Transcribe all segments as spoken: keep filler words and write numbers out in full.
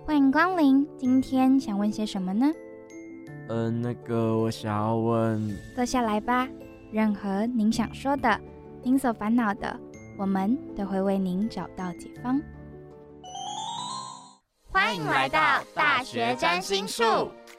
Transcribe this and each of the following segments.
欢迎光临，今天想问些什么呢？ 呃，那个我想要问， 坐下来吧，任何您想说的，您所烦恼的，我们都会为您找到解方。 欢迎来到大学占心术，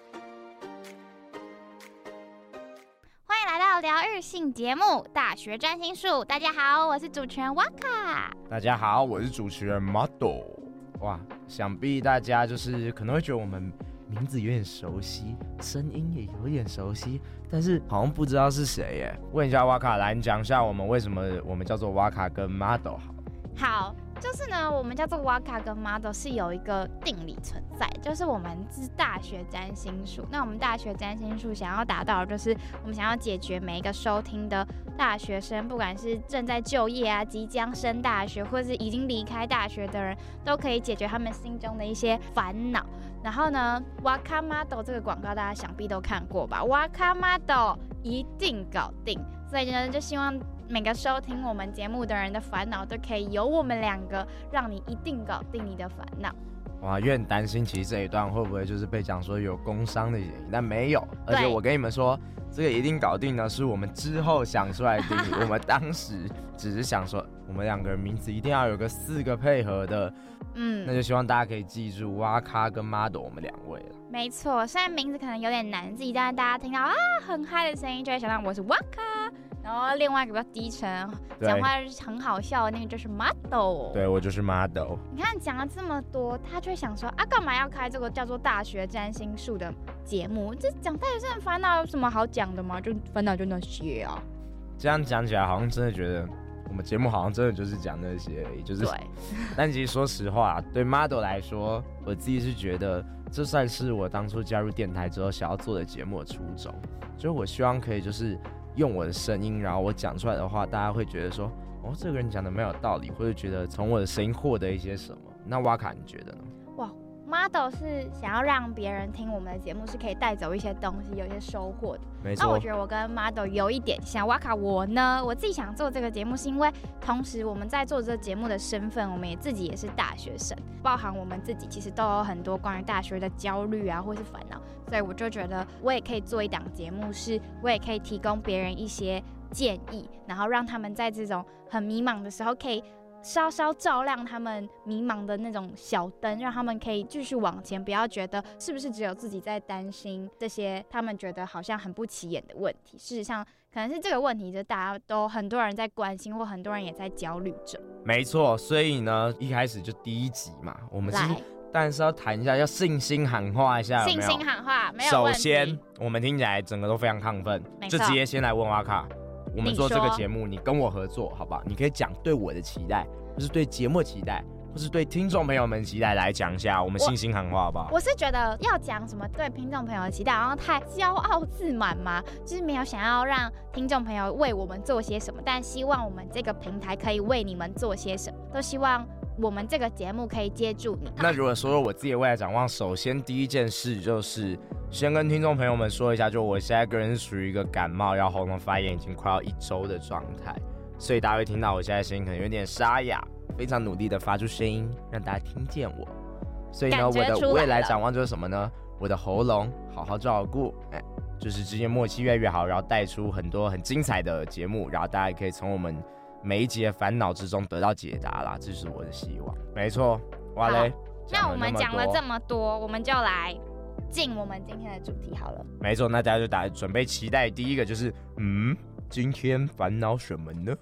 欢迎来到疗愈性节目《大学占心术》。大家好，我是主持人 Waka。 大家好，我是主持人 Model。哇，想必大家就是可能会觉得我们名字有点熟悉，声音也有点熟悉，但是好像不知道是谁耶。问一下 Waka， 来你讲一下我们为什么我们叫做 Waka 跟 Model 好。 好，就是呢，我们叫做 Waka 跟 Model 是有一个定理存在，就是我们是大学占星术。那我们大学占星术想要达到的就是我们想要解决每一个收听的大学生，不管是正在就业啊、即将升大学，或是已经离开大学的人，都可以解决他们心中的一些烦恼。然后呢 ，Waka Model 这个广告大家想必都看过吧 ？Waka Model 一定搞定，所以呢，就希望每个收听我们节目的人的烦恼都可以由我们两个，让你一定搞定你的烦恼。 哇，有点担心，其实这一段会不会就是被讲说有工伤的原因？但没有，而且我跟你们说，这个一定搞定呢，是我们之后想出来的定义。我们当时只是想说，我们两个人名字一定要有个四个配合的，嗯，那就希望大家可以记住哇咖跟 Model 我们两位了。 没错，虽然名字可能有点难记，但是大家听到啊很嗨的声音，就会想到我是哇咖。然后另外一个比较低沉，讲话很好笑的那个就是 Model。 对，我就是 Model。 你看讲了这么多，他就会想说啊，干嘛要开这个叫做大学占星术的节目？这讲大学生烦恼有什么好讲的吗？就烦恼就那些啊。 这样讲起来，好像真的觉得我们节目好像真的就是讲那些而已，就是。对。但其实说实话，对 Model 来说，我自己是觉得这算是我当初加入电台之后想要做的节目的初衷，就是我希望可以就是用我的声音，然后我讲出来的话，大家会觉得说，哦，这个人讲的蛮有道理，或者觉得从我的声音获得一些什么。那哇卡你觉得呢？ 哇 ，Model 是想要让别人听我们的节目是可以带走一些东西，有一些收获的。 没错。 那我觉得我跟 Model 有一点像。哇卡我呢，我自己想做这个节目，是因为同时我们在做这个节目的身份，我们也自己也是大学生，包含我们自己其实都有很多关于大学的焦虑啊，或是烦恼。所以我就觉得我也可以做一档节目，是我也可以提供别人一些建议，然后让他们在这种很迷茫的时候，可以稍稍照亮他们迷茫的那种小灯，让他们可以继续往前，不要觉得是不是只有自己在担心这些他们觉得好像很不起眼的问题。事实上，可能是这个问题，就大家都很多人在关心，或很多人也在焦虑着。 没错，所以呢，一开始就第一集嘛，我们是。但是要谈一下，要信心喊话一下，有没有？ 信心喊话，没有问题。 首先，我们听起来整个都非常亢奋，就直接先来问哇卡，我们做这个节目，你跟我合作，好不好？你可以讲对我的期待，或是对节目的期待，或是对听众朋友们的期待，来讲一下我们信心喊话，好不好？ 我是觉得要讲什么对听众朋友的期待，然后太骄傲自满嘛，就是没有想要让听众朋友为我们做些什么，但希望我们这个平台可以为你们做些什么，都希望我们这个节目可以接住你。 那如果说说我自己的未来展望，首先第一件事就是先跟听众朋友们说一下，就我现在个人是属于一个感冒，然后喉咙发炎已经快要一周的状态，所以大家会听到我现在声音可能有点沙哑，非常努力的发出声音，让大家听见我。所以呢，我的未来展望就是什么呢？我的喉咙好好照顾，哎，就是之间默契越来越好，然后带出很多很精彩的节目，然后大家也可以从我们每一集的烦恼之中得到解答啦，这是我的希望。没错，哇嘞！ 那我们讲了这么多，我们就来进我们今天的主题好了。 没错，那大家就打准备期待第一个就是，嗯，今天烦恼什么呢？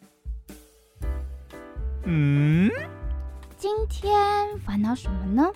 嗯， 今天烦恼什么呢？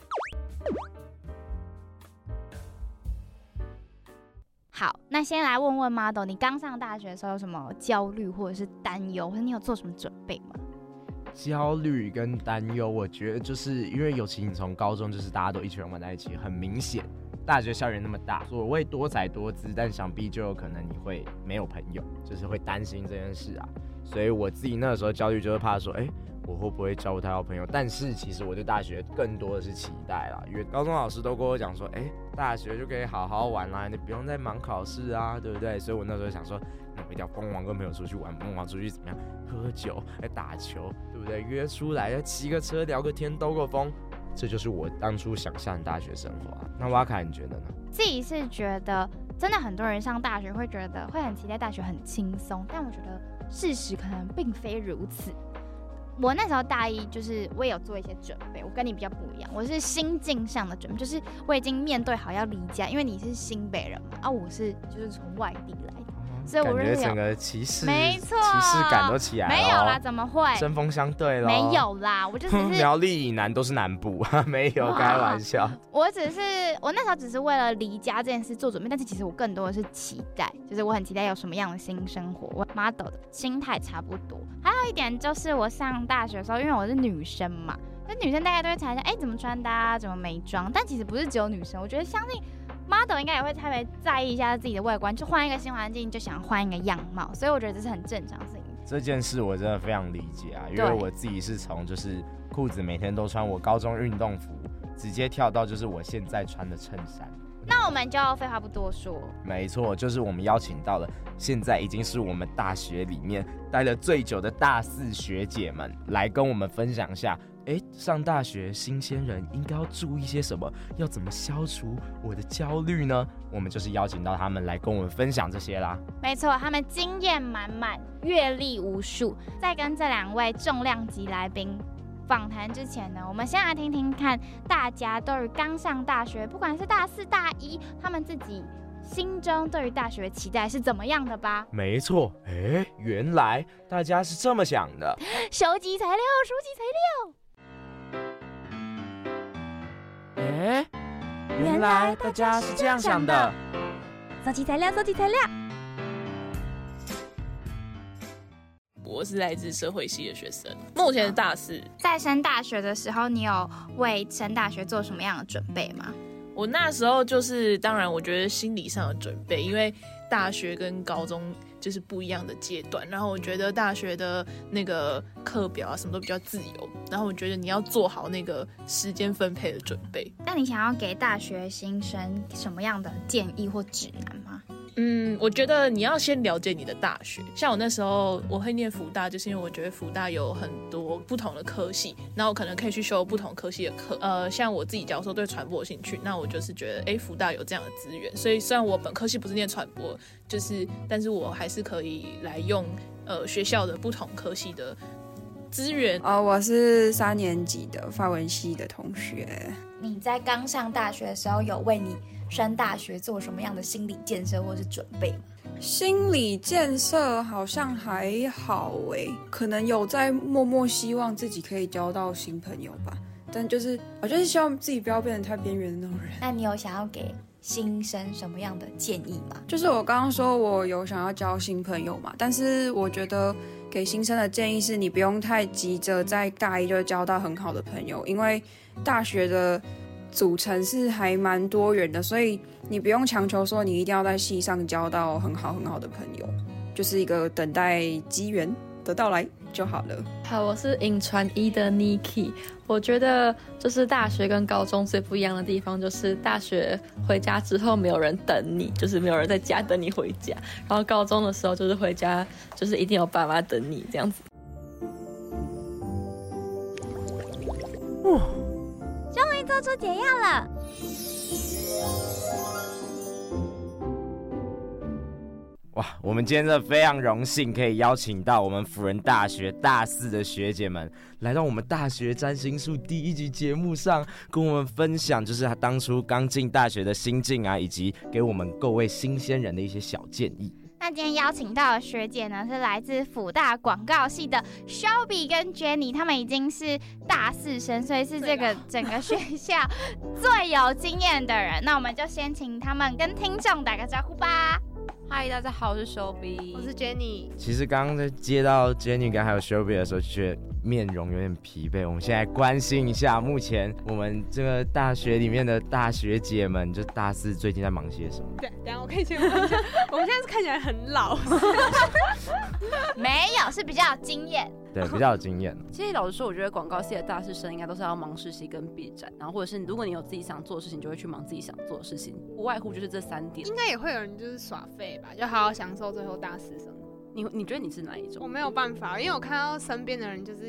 好，那先来问问 Model， 你刚上大学的时候有什么焦虑或者是担忧，或者你有做什么准备吗？ 焦虑跟担忧，我觉得就是因为尤其你从高中就是大家都一群人玩在一起，很明显。大学校园那么大，所谓多彩多姿，但想必就有可能你会没有朋友，就是会担心这件事啊。所以我自己那个时候焦虑就是怕说，哎、欸，我会不会交不到朋友？但是其实我对大学更多的是期待啦，因为高中老师都跟我讲说，哎、欸，大学就可以好好玩啦，你不用再忙考试啊，对不对？所以我那时候想说，那我一定要疯狂跟朋友出去玩，疯狂出去怎么样？喝酒、来打球，对不对？约出来，骑个车聊个天，兜个风。 这就是我当初想象的大学生活啊。那瓦卡你觉得呢？ 自己是觉得真的很多人上大学会觉得会很期待大学很轻松，但我觉得事实可能并非如此。我那时候大一，就是我也有做一些准备，我跟你比较不一样，我是心境上的准备，就是我已经面对好要离家，因为你是新北人嘛，啊，我是就是从外地来的。所以我感觉整个歧视， 没错， 歧视感都起来了。 没有啦，怎么会？ 针锋相对了。 没有啦，我就只是苗栗以南都是南部，没有开玩笑。 我只是我那时候只是为了离家这件事做准备，但是其实我更多的是期待，就是我很期待有什么样的新生活。我 model 的心态差不多。还有一点就是我上大学的时候，因为我是女生嘛，那女生大家都会猜一下，哎、欸，怎么穿搭，怎么美妆，但其实不是只有女生，我觉得相信。model 应该也会特别在意一下自己的外观，就换一个新环境就想换一个样貌，所以我觉得这是很正常的事情。 这件事我真的非常理解啊，因为我自己是从就是裤子每天都穿我高中运动服，直接跳到就是我现在穿的衬衫。 那我们就废话不多说， 没错，就是我们邀请到了现在已经是我们大学里面待了最久的大四学姐们，来跟我们分享一下。哎，上大学新鲜人应该要注意些什么？要怎么消除我的焦虑呢？我们就是邀请到他们来跟我们分享这些啦。 没错，他们经验满满，阅历无数。在跟这两位重量级来宾访谈之前呢，我们先来听听看大家对于刚上大学，不管是大四、大一，他们自己心中对于大学的期待是怎么样的吧？ 没错，哎，原来大家是这么想的。 收集材料，收集材料。 哎，原来大家是这样想的。 搜集材料，搜集材料。 我是来自社会系的学生，目前是大四。 在升大学的时候，你有为升大学做什么样的准备吗？ 我那时候就是，当然我觉得心理上的准备，因为大学跟高中就是不一样的阶段，然后我觉得大学的那个课表啊什么都比较自由，然后我觉得你要做好那个时间分配的准备。 那你想要给大学新生什么样的建议或指南吗？ 嗯，我觉得你要先了解你的大学。像我那时候我会念辅大，就是因为我觉得辅大有很多不同的科系，然后我可能可以去修不同科系的课。呃，像我自己假如说对传播有兴趣，那我就是觉得，哎，辅大有这样的资源，所以虽然我本科系不是念传播，就是但是我还是可以来用呃学校的不同科系的资源。 哦，我是三年级的法文系的同学。 你在刚上大学的时候，有为你升大学做什么样的心理建设或是准备吗？ 心理建设好像还好诶，可能有在默默希望自己可以交到新朋友吧，但就是我就是希望自己不要变成太边缘的那种人。 那你有想要给新生什么样的建议吗？ 就是我刚刚说我有想要交新朋友嘛，但是我觉得给新生的建议是你不用太急着在大一就交到很好的朋友，因为大学的组成是还蛮多元的，所以你不用强求说你一定要在系上交到很好很好的朋友，就是一个等待机缘的到来就好了。 好，我是影传一的 Niki。我觉得就是大学跟高中最不一样的地方，就是大学回家之后没有人等你，就是没有人在家等你回家，然后高中的时候就是回家就是一定有爸妈等你这样子。 哇，终于做出解药了。 哇，我们今天真的非常荣幸可以邀请到我们辅仁大学大四的学姐们来到我们大学占星术第一集节目上，跟我们分享就是他当初刚进大学的心境啊，以及给我们各位新鲜人的一些小建议。 那今天邀请到的学姐呢，是来自辅大广告系的 Shelby 跟 Jenny， 他们已经是大四生，所以是这个整个学校最有经验的人。那我们就先请他们跟听众打个招呼吧。 嗨，大家好，我是 Shelby， 我是 Jenny。 其实刚刚在接到 Jenny 跟还有 Shelby 的时候，就觉得面容有点疲惫。我们现在关心一下，目前我们这个大学里面的大学姐们，就大四最近在忙些什么？ 对，等一下我可以先问一下，我们现在是看起来很老， 没有，是比较有经验。 对，比较有经验。 其实老实说，我觉得广告系的大四生应该都是要忙实习跟毕展，然后或者是如果你有自己想做的事情，就会去忙自己想做的事情，不外乎就是这三点。 应该也会有人就是耍废吧，就好好享受最后大四生活。 你你觉得你是哪一种？ 我没有办法，因为我看到身边的人就是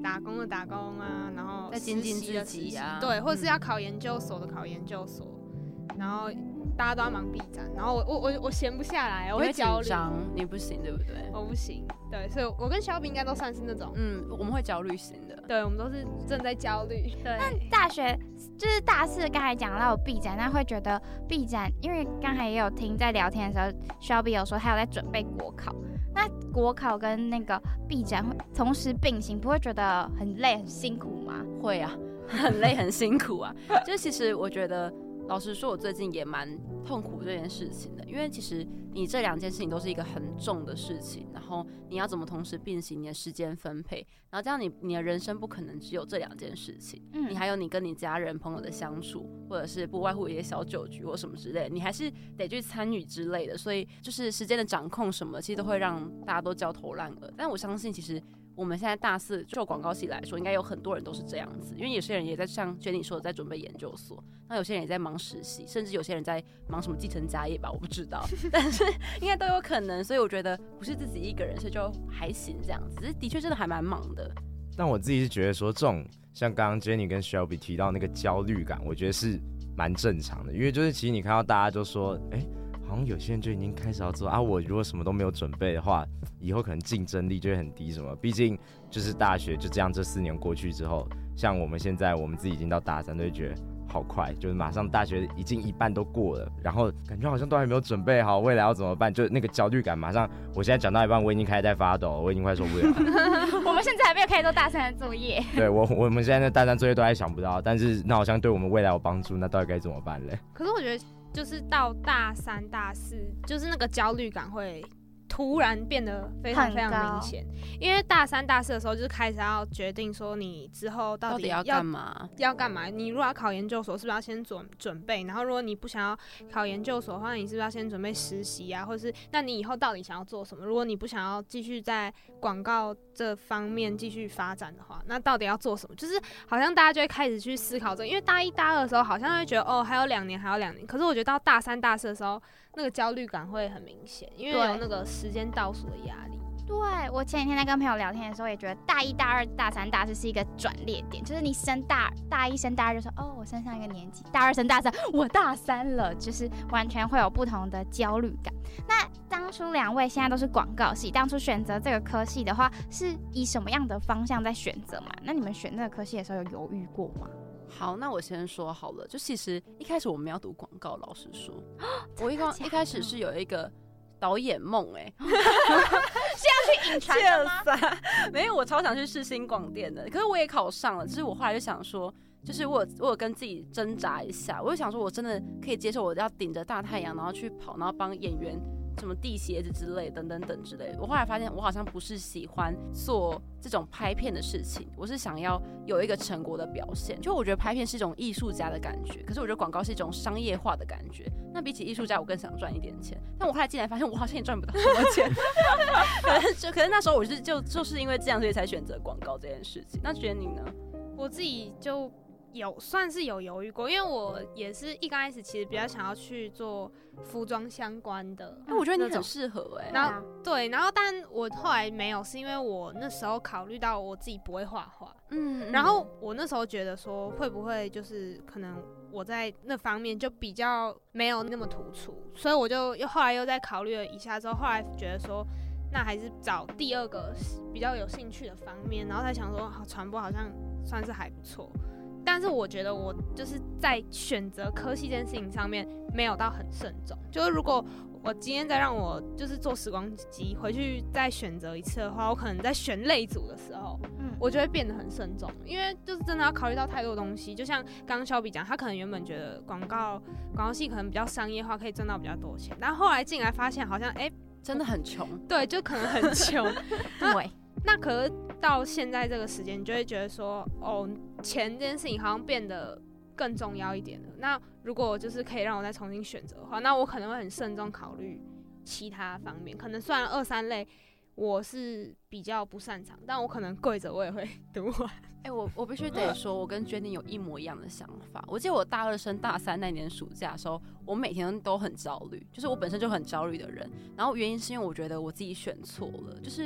打工的打工啊，然后在精进实习的自己实习啊对，或者是要考研究所的考研究所，然后大家都要忙 B 展，然后我我我我闲不下来，我你会焦虑， 紧张，你不行对不对？ 我不行，对，所以我跟小比应该都算是那种， 嗯，我们会焦虑型的， 对，我们都是正在焦虑，对。 大学就是大四，刚才讲到 B 展，那会觉得 B 展，因为刚才也有听在聊天的时候 ，Shelby 有说他有在准备国考，那国考跟那个 B 展会同时并行，不会觉得很累很辛苦吗？ 会啊，很累很辛苦啊。就是其实我觉得，老实说，我最近也蛮痛苦这件事情的，因为其实你这两件事情都是一个很重的事情，然后你要怎么同时并行你的时间分配，然后这样你你的人生不可能只有这两件事情，嗯，你还有你跟你家人朋友的相处，或者是不外乎一些小酒局或什么之类的，你还是得去参与之类的，所以就是时间的掌控什么，其实都会让大家都焦头烂额。但我相信其实我们现在大四就广告系来说，应该有很多人都是这样子，因为有些人也在像Jenny说的在准备研究所，那有些人也在忙实习，甚至有些人在忙什么继承家业吧，我不知道，但是应该都有可能，所以我觉得不是自己一个人，所以就还行这样子，只是的确真的还蛮忙的。 但我自己是觉得说，这种像刚刚 Jenny 跟 Shelby 提到那个焦虑感，我觉得是蛮正常的，因为就是其实你看到大家就说，哎、欸。好像有些人就已经开始要做啊，我如果什么都没有准备的话，以后可能竞争力就会很低什么。毕竟就是大学就这样，这四年过去之后，像我们现在我们自己已经到大三，都会觉得好快，就是马上大学已经一半都过了，然后感觉好像都还没有准备好未来要怎么办，就那个焦虑感马上，我现在讲到一半，我已经开始在发抖，我已经快受不了了。 我们现在还没有开始做大三的作业。 对我，我们现在的大三作业都还想不到，但是那好像对我们未来有帮助，那到底该怎么办嘞？ 可是我觉得。就是到大三、大四，就是那个焦虑感会突然变得非常非常明显。因为大三、大四的时候，就是开始要决定说你之后到底要, 要干嘛？ 要干嘛？你如果要考研究所，是不是要先准准备？然后如果你不想要考研究所的话，你是不是要先准备实习啊？或是那你以后到底想要做什么？如果你不想要继续在广告这方面继续发展的话，那到底要做什么？就是好像大家就会开始去思考这个，因为大一、大二的时候好像会觉得哦还有两年，还有两年。可是我觉得到大三、大四的时候，那个焦虑感会很明显，因为有那个时间倒数的压力。 对，我前几天在跟朋友聊天的时候，也觉得大一、大二、大三、大四是一个转捩点，就是你升大大一升大二就说哦，我升上一个年级；大二升大三，我大三了，就是完全会有不同的焦虑感。那当初两位现在都是广告系，当初选择这个科系的话，是以什么样的方向在选择嘛？那你们选这个科系的时候有犹豫过吗？ 好，那我先说好了，就其实一开始我们要读广告，老实说，我一刚一开始是有一个导演梦，哎，是要去影传的吗？ 没有，我超想去世新广电的，可是我也考上了，只是我后来就想说，就是我有我有跟自己挣扎一下，我就想说我真的可以接受我要顶着大太阳，然后去跑，然后帮演员什么递鞋子之类等等等之类的。我后来发现我好像不是喜欢做这种拍片的事情，我是想要有一个成果的表现。就我觉得拍片是一种艺术家的感觉，可是我觉得广告是一种商业化的感觉。那比起艺术家，我更想赚一点钱。但我后来进来发现，我好像也赚不到什么钱。可是就可是那时候我是就就是因为这样，所以才选择广告这件事情。那觉得你呢？ 我自己就有算是有犹豫过，因为我也是一刚开始其实比较想要去做服装相关的， 哎、欸，我觉得你很适合哎、欸。 然后对，然后但我后来没有，是因为我那时候考虑到我自己不会画画，嗯，然后我那时候觉得说会不会就是可能我在那方面就比较没有那么突出，所以我就又后来又再考虑了一下之后，后来觉得说那还是找第二个比较有兴趣的方面，然后才想说好传播好像算是还不错。但是我觉得我就是在选择科系这件事情上面没有到很慎重，就是如果我今天再让我就是做时光机回去再选择一次的话，我可能在选类组的时候，嗯，我就会变得很慎重，因为就是真的要考虑到太多东西。就像刚刚肖比讲，他可能原本觉得广告广告系可能比较商业化，可以赚到比较多钱，但后来进来发现好像哎、欸、 真的很穷， 对，就可能很穷， 对。 那可是到现在这个时间，你就会觉得说，哦，钱这件事情好像变得更重要一点了。那如果就是可以让我再重新选择的话，那我可能会很慎重考虑其他方面。可能虽然二三类我是比较不擅长，但我可能跪着我也会读完。 哎、欸，我我必须得说，我跟 Jenny 有一模一样的想法。我记得我大二升大三那年暑假的时候，我每天都很焦虑，就是我本身就很焦虑的人。然后原因是因为我觉得我自己选错了，就是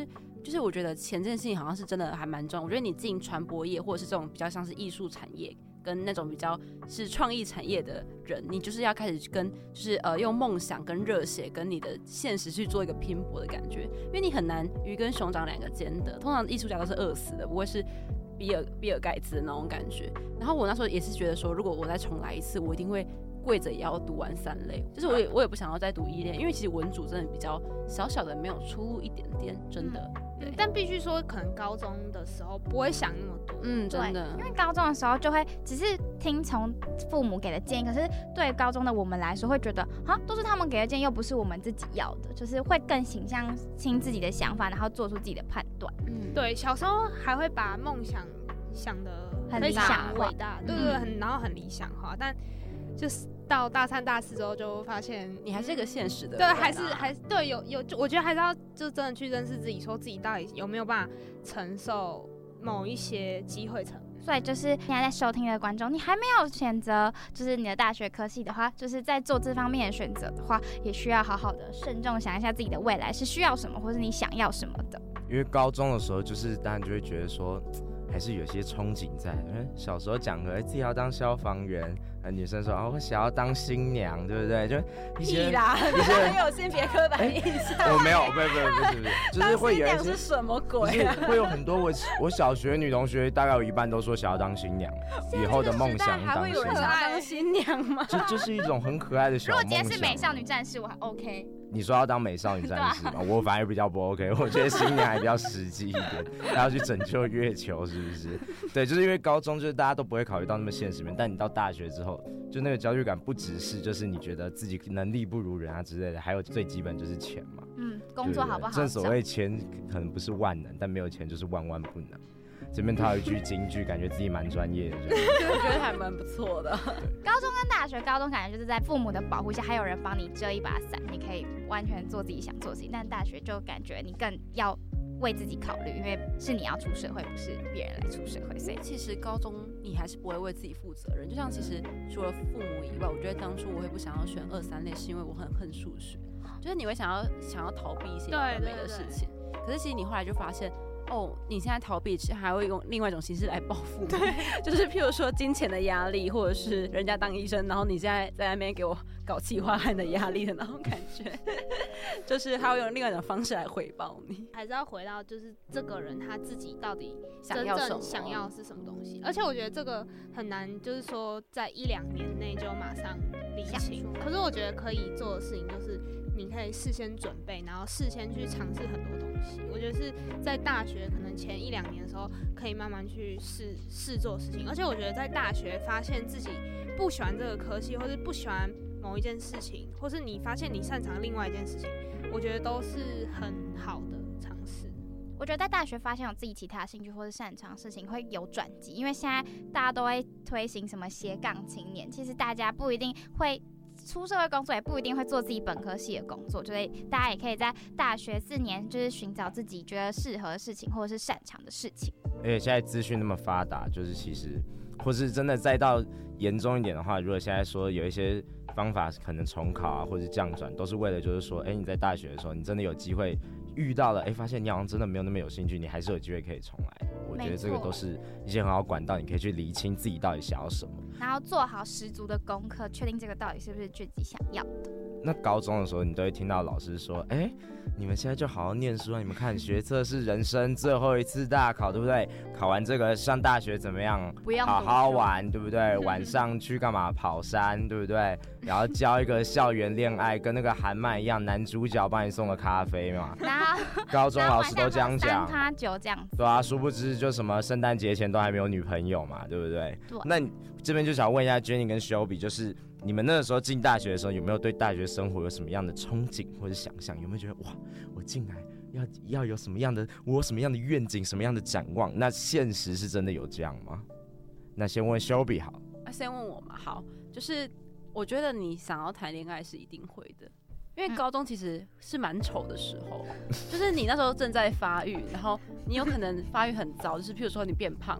就是我觉得钱这件事情好像是真的还蛮重要。我觉得你进传播业或者是这种比较像是艺术产业，跟那种比较是创意产业的人，你就是要开始跟就是呃用梦想跟热血跟你的现实去做一个拼搏的感觉，因为你很难鱼跟熊掌两个兼得。通常艺术家都是饿死的，不会是比尔比尔盖茨的那种感觉。然后我那时候也是觉得说，如果我再重来一次，我一定会跪着也要读完三类。就是我也我也不想要再读一类，因为其实文组真的比较小小的没有出路一点点，真的。嗯对，但必须说，可能高中的时候不会想那么多， 嗯，真的， 因为高中的时候就会只是听从父母给的建议，可是对高中的我们来说，会觉得啊，都是他们给的建议，又不是我们自己要的，就是会更倾向听自己的想法，然后做出自己的判断。 嗯，对，小时候还会把梦想想得非常伟大，对对对，很然后很理想化，但就是到大三大四之后就发现你还是一个现实的人、 啊，对，还是还是对有有，我觉得还是要就真的去认识自己，说自己到底有没有办法承受某一些机会成。 所以就是现在在收听的观众，你还没有选择就是你的大学科系的话，就是在做这方面的选择的话，也需要好好的慎重想一下自己的未来是需要什么，或是你想要什么的。 因为高中的时候，就是当然就会觉得说，还是有些憧憬在。因为小时候讲的自己要当消防员，呃，女生说啊，我想要当新娘，对不对？就一些屁啦， 一些很有性别刻板印象。 我没有，不是不是不是不是，就是会有一些当新娘是什么鬼啊？ 会有很多我我小学女同学大概有一半都说想要当新娘，以后的梦想当新娘。还会有人想要当新娘吗？ 这就是一种很可爱的小梦想。 如果今天是美少女战士，我还 OK。 你说要当美少女战士吗？我反而比较不 OK， 我觉得新娘还比较实际一点，她要去拯救月球，是不是？对，就是因为高中就是大家都不会考虑到那么现实面，但你到大学之后，就那个焦虑感不只是就是你觉得自己能力不如人啊之类的，还有最基本就是钱嘛。 嗯，工作好不好？ 正所谓钱可能不是万能，但没有钱就是万万不能。这边套一句金句，感觉自己蛮专业的， 我觉得还蛮不错的。 高中跟大学，高中感觉就是在父母的保护下，还有人帮你遮一把伞，你可以完全做自己想做的事情。但大学就感觉你更要为自己考虑，因为是你要出社会，不是别人来出社会。所以其实高中你还是不会为自己负责任。就像其实除了父母以外，我觉得当初我会不想要选二三类，是因为我很恨数学，就是你会想要想要逃避一些完美的事情。对对对，可是其实你后来就发现。哦，你现在逃避还会用另外一种形式来报复，对，就是譬如说金钱的压力，或者是人家当医生，然后你现在在那边给我搞企划案的压力的那种感觉，就是他会用另外一种方式来回报你。 还是要回到就是这个人他自己到底真正想要是什么东西，而且我觉得这个很难，就是说在一两年内就马上理清。可是我觉得可以做的事情就是。你可以事先准备，然后事先去尝试很多东西。我觉得是在大学可能前一两年的时候，可以慢慢去试试做事情。而且我觉得在大学发现自己不喜欢这个科系，或是不喜欢某一件事情，或是你发现你擅长另外一件事情，我觉得都是很好的尝试。 我觉得在大学发现有自己其他兴趣或是擅长的事情会有转机，因为现在大家都会推行什么斜杠青年，其实大家不一定会。出社会工作也不一定会做自己本科系的工作，所以大家也可以在大学四年就是寻找自己觉得适合的事情或者是擅长的事情。 而且现在资讯那么发达，就是其实或是真的再到严重一点的话，如果现在说有一些方法可能重考啊或者降转，都是为了就是说，哎、欸，你在大学的时候你真的有机会遇到了，哎、欸，发现你好像真的没有那么有兴趣，你还是有机会可以重来的。我觉得这个都是一些很好管道，你可以去厘清自己到底想要什么， 然后做好十足的功课，确定这个到底是不是自己想要的。 那高中的时候，你都会听到老师说：“哎、欸，你们现在就好好念书啊！你们看学测是人生最后一次大考，对不对？考完这个上大学怎么样？ 不要好好玩，对不对？晚上去干嘛？跑山，对不对？然后交一个校园恋爱，跟那个韩漫一样，男主角帮你送个咖啡嘛。 然后高中老师都这样讲， 三趴九这样子。 对啊，殊不知就什么圣诞节前都还没有女朋友嘛，对不对？ 对。 那你这边就想问一下 Jenny 跟 Shelby， 就是你们那个时候进大学的时候，有没有对大学生活有什么样的憧憬或者想象？有没有觉得哇，我进来要要有什么样的，我有什么样的愿景，什么样的展望？那现实是真的有这样吗？那先问 Shelby 好。 啊，先问我嘛，好，就是我觉得你想要谈恋爱是一定会的。因为高中其实是蛮丑的时候，就是你那时候正在发育，然后你有可能发育很早，就是譬如说你变胖，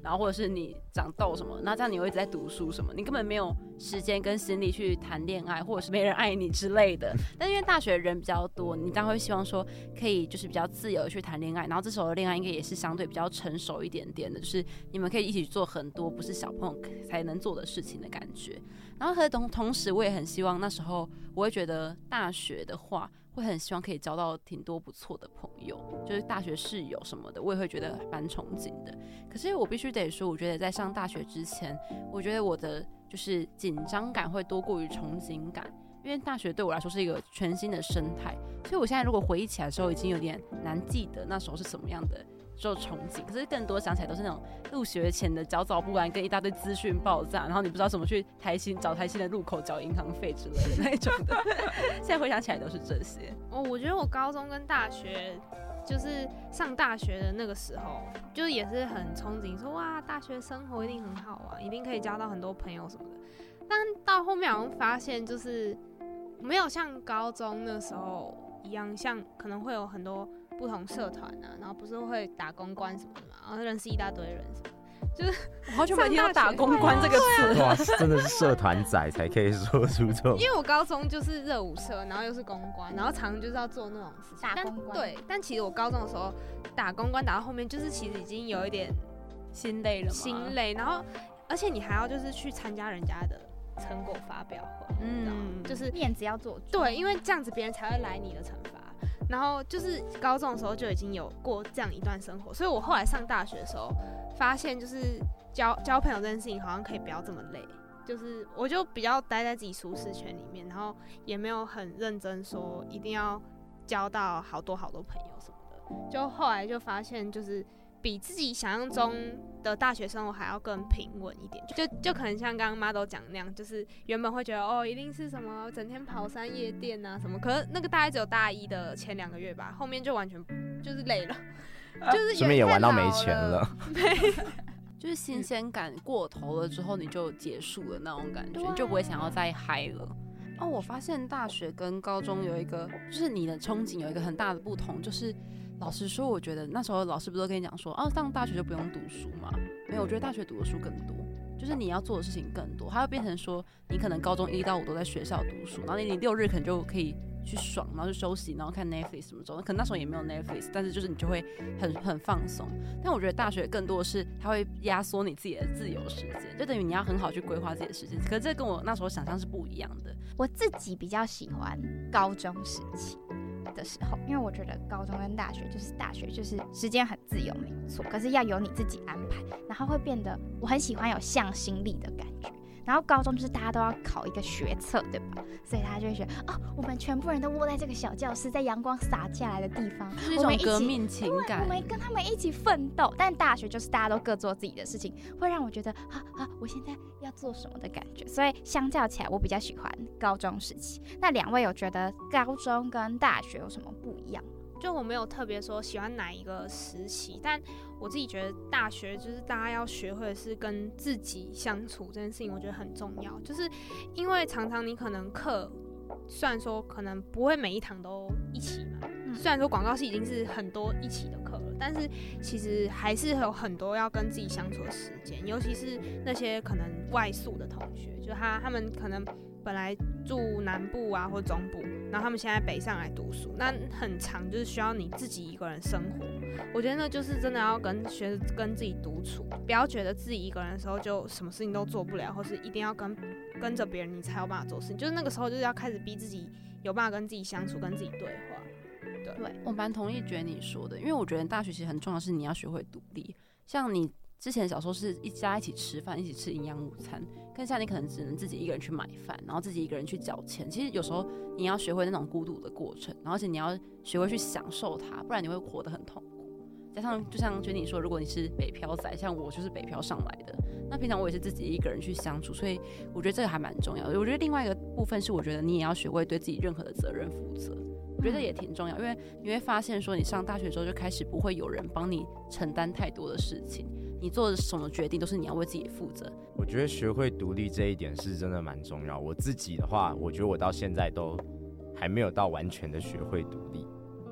然后或者是你长痘什么，那这样你会一直在读书什么，你根本没有时间跟心力去谈恋爱，或者是没人爱你之类的。但因为大学人比较多，你当然会希望说可以就是比较自由的去谈恋爱，然后这时候的恋爱应该也是相对比较成熟一点点的，就是你们可以一起做很多不是小朋友才能做的事情的感觉。然后和同同时，我也很希望那时候我会觉得大学的话，会很希望可以交到挺多不错的朋友，就是大学室友什么的，我也会觉得蛮憧憬的。可是我必须得说，我觉得在上大学之前，我觉得我的就是紧张感会多过于憧憬感，因为大学对我来说是一个全新的生态，所以我现在如果回忆起来的时候，已经有点难记得那时候是什么样的。就憧憬，可是更多想起来都是那种入学前的焦躁不安，跟一大堆资讯爆炸，然后你不知道怎么去台新找台新的入口缴银行费之类的那种的。现在回想起来都是这些。 哦，我觉得我高中跟大学，就是上大学的那个时候，就是也是很憧憬说，哇，大学生活一定很好玩，一定可以交到很多朋友什么的。但到后面好像发现，就是没有像高中那时候一样，像可能会有很多不同社团啊，然后不是会打公关什么的嘛，然后认识一大堆人什么的，就是我好久没听到打公关这个词， 哇，真的是社团仔才可以说出这种。 因为我高中就是热舞社，然后又是公关，然后常常就是要做那种事情， 打公关。 对，但其实我高中的时候打公关打到后面，就是其实已经有一点心累了嘛， 心累，然后而且你还要就是去参加人家的成果发表会，嗯，就是面子要做足， 对，因为这样子别人才会来你的惩罚。然后就是高中的时候就已经有过这样一段生活，所以我后来上大学的时候发现，就是交交朋友这件事情好像可以不要这么累，就是我就比较待在自己舒适圈里面，然后也没有很认真说一定要交到好多好多朋友什么的，就后来就发现就是比自己想象中的大学生活还要更平稳一点，就就可能像刚刚妈都讲那样，就是原本会觉得哦，一定是什么整天跑山夜店啊什么，可是那个大概只有大一的前两个月吧，后面就完全就是累了，就是顺便也玩到没钱了， 就是新鲜感过头了之后，你就结束了那种感觉，你就不会想要再嗨了。哦，我发现大学跟高中有一个，就是你的憧憬有一个很大的不同，就是老实说，我觉得那时候老师不是都跟你讲说，哦，上大学就不用读书嘛？没有，我觉得大学读的书更多，就是你要做的事情更多，它会变成说，你可能高中一到五都在学校读书，然后你你六日可能就可以去爽，然后去休息，然后看 Netflix 什么之后，可能那时候也没有 Netflix， 但是就是你就会很很放松。但我觉得大学更多的是它会压缩你自己的自由时间，就等于你要很好去规划自己的时间。可是这跟我那时候想象是不一样的。 我自己比较喜欢高中时期的时候，因为我觉得高中跟大学就是大学就是时间很自由没错，可是要由你自己安排，然后会变得我很喜欢有向心力的感觉。然后高中就是大家都要考一个学测，对吧？所以他就会觉得哦，我们全部人都窝在这个小教室，在阳光洒下来的地方， 是一种革命情感。 我们跟他们一起奋斗。但大学就是大家都各做自己的事情，会让我觉得啊啊，我现在要做什么的感觉。所以相较起来，我比较喜欢高中时期。那两位有觉得高中跟大学有什么不一样？ 就我没有特别说喜欢哪一个时期，但我自己觉得大学就是大家要学会的是跟自己相处这件事情，我觉得很重要。就是因为常常你可能课虽然说可能不会每一堂都一起嘛，嗯、虽然说广告系已经是很多一起的课了，但是其实还是有很多要跟自己相处的时间，尤其是那些可能外宿的同学，就他他们可能本来住南部啊或中部，然后他们现在北上来读书，那很长就是需要你自己一个人生活。我觉得那就是真的要跟学跟自己独处，不要觉得自己一个人的时候就什么事情都做不了，或是一定要跟跟着别人你才有办法做事情。就是那个时候就是要开始逼自己有办法跟自己相处，跟自己对话。对， 对我蛮同意觉得你说的，因为我觉得大学其实很重要的是你要学会独立，像你。之前小时候是一家一起吃饭，一起吃营养午餐，跟现在你可能只能自己一个人去买饭，然后自己一个人去缴钱。其实有时候你要学会那种孤独的过程，然后而且你要学会去享受它，不然你会活得很痛苦。加上就像觉得你说，如果你是北漂仔，像我就是北漂上来的，那平常我也是自己一个人去相处，所以我觉得这个还蛮重要的。我觉得另外一个部分是，我觉得你也要学会对自己任何的责任负责。我觉得也挺重要，因为你会发现说，你上大学之后就开始不会有人帮你承担太多的事情，你做的什么决定都是你要为自己负责。 我觉得学会独立这一点是真的蛮重要。我自己的话，我觉得我到现在都还没有到完全的学会独立。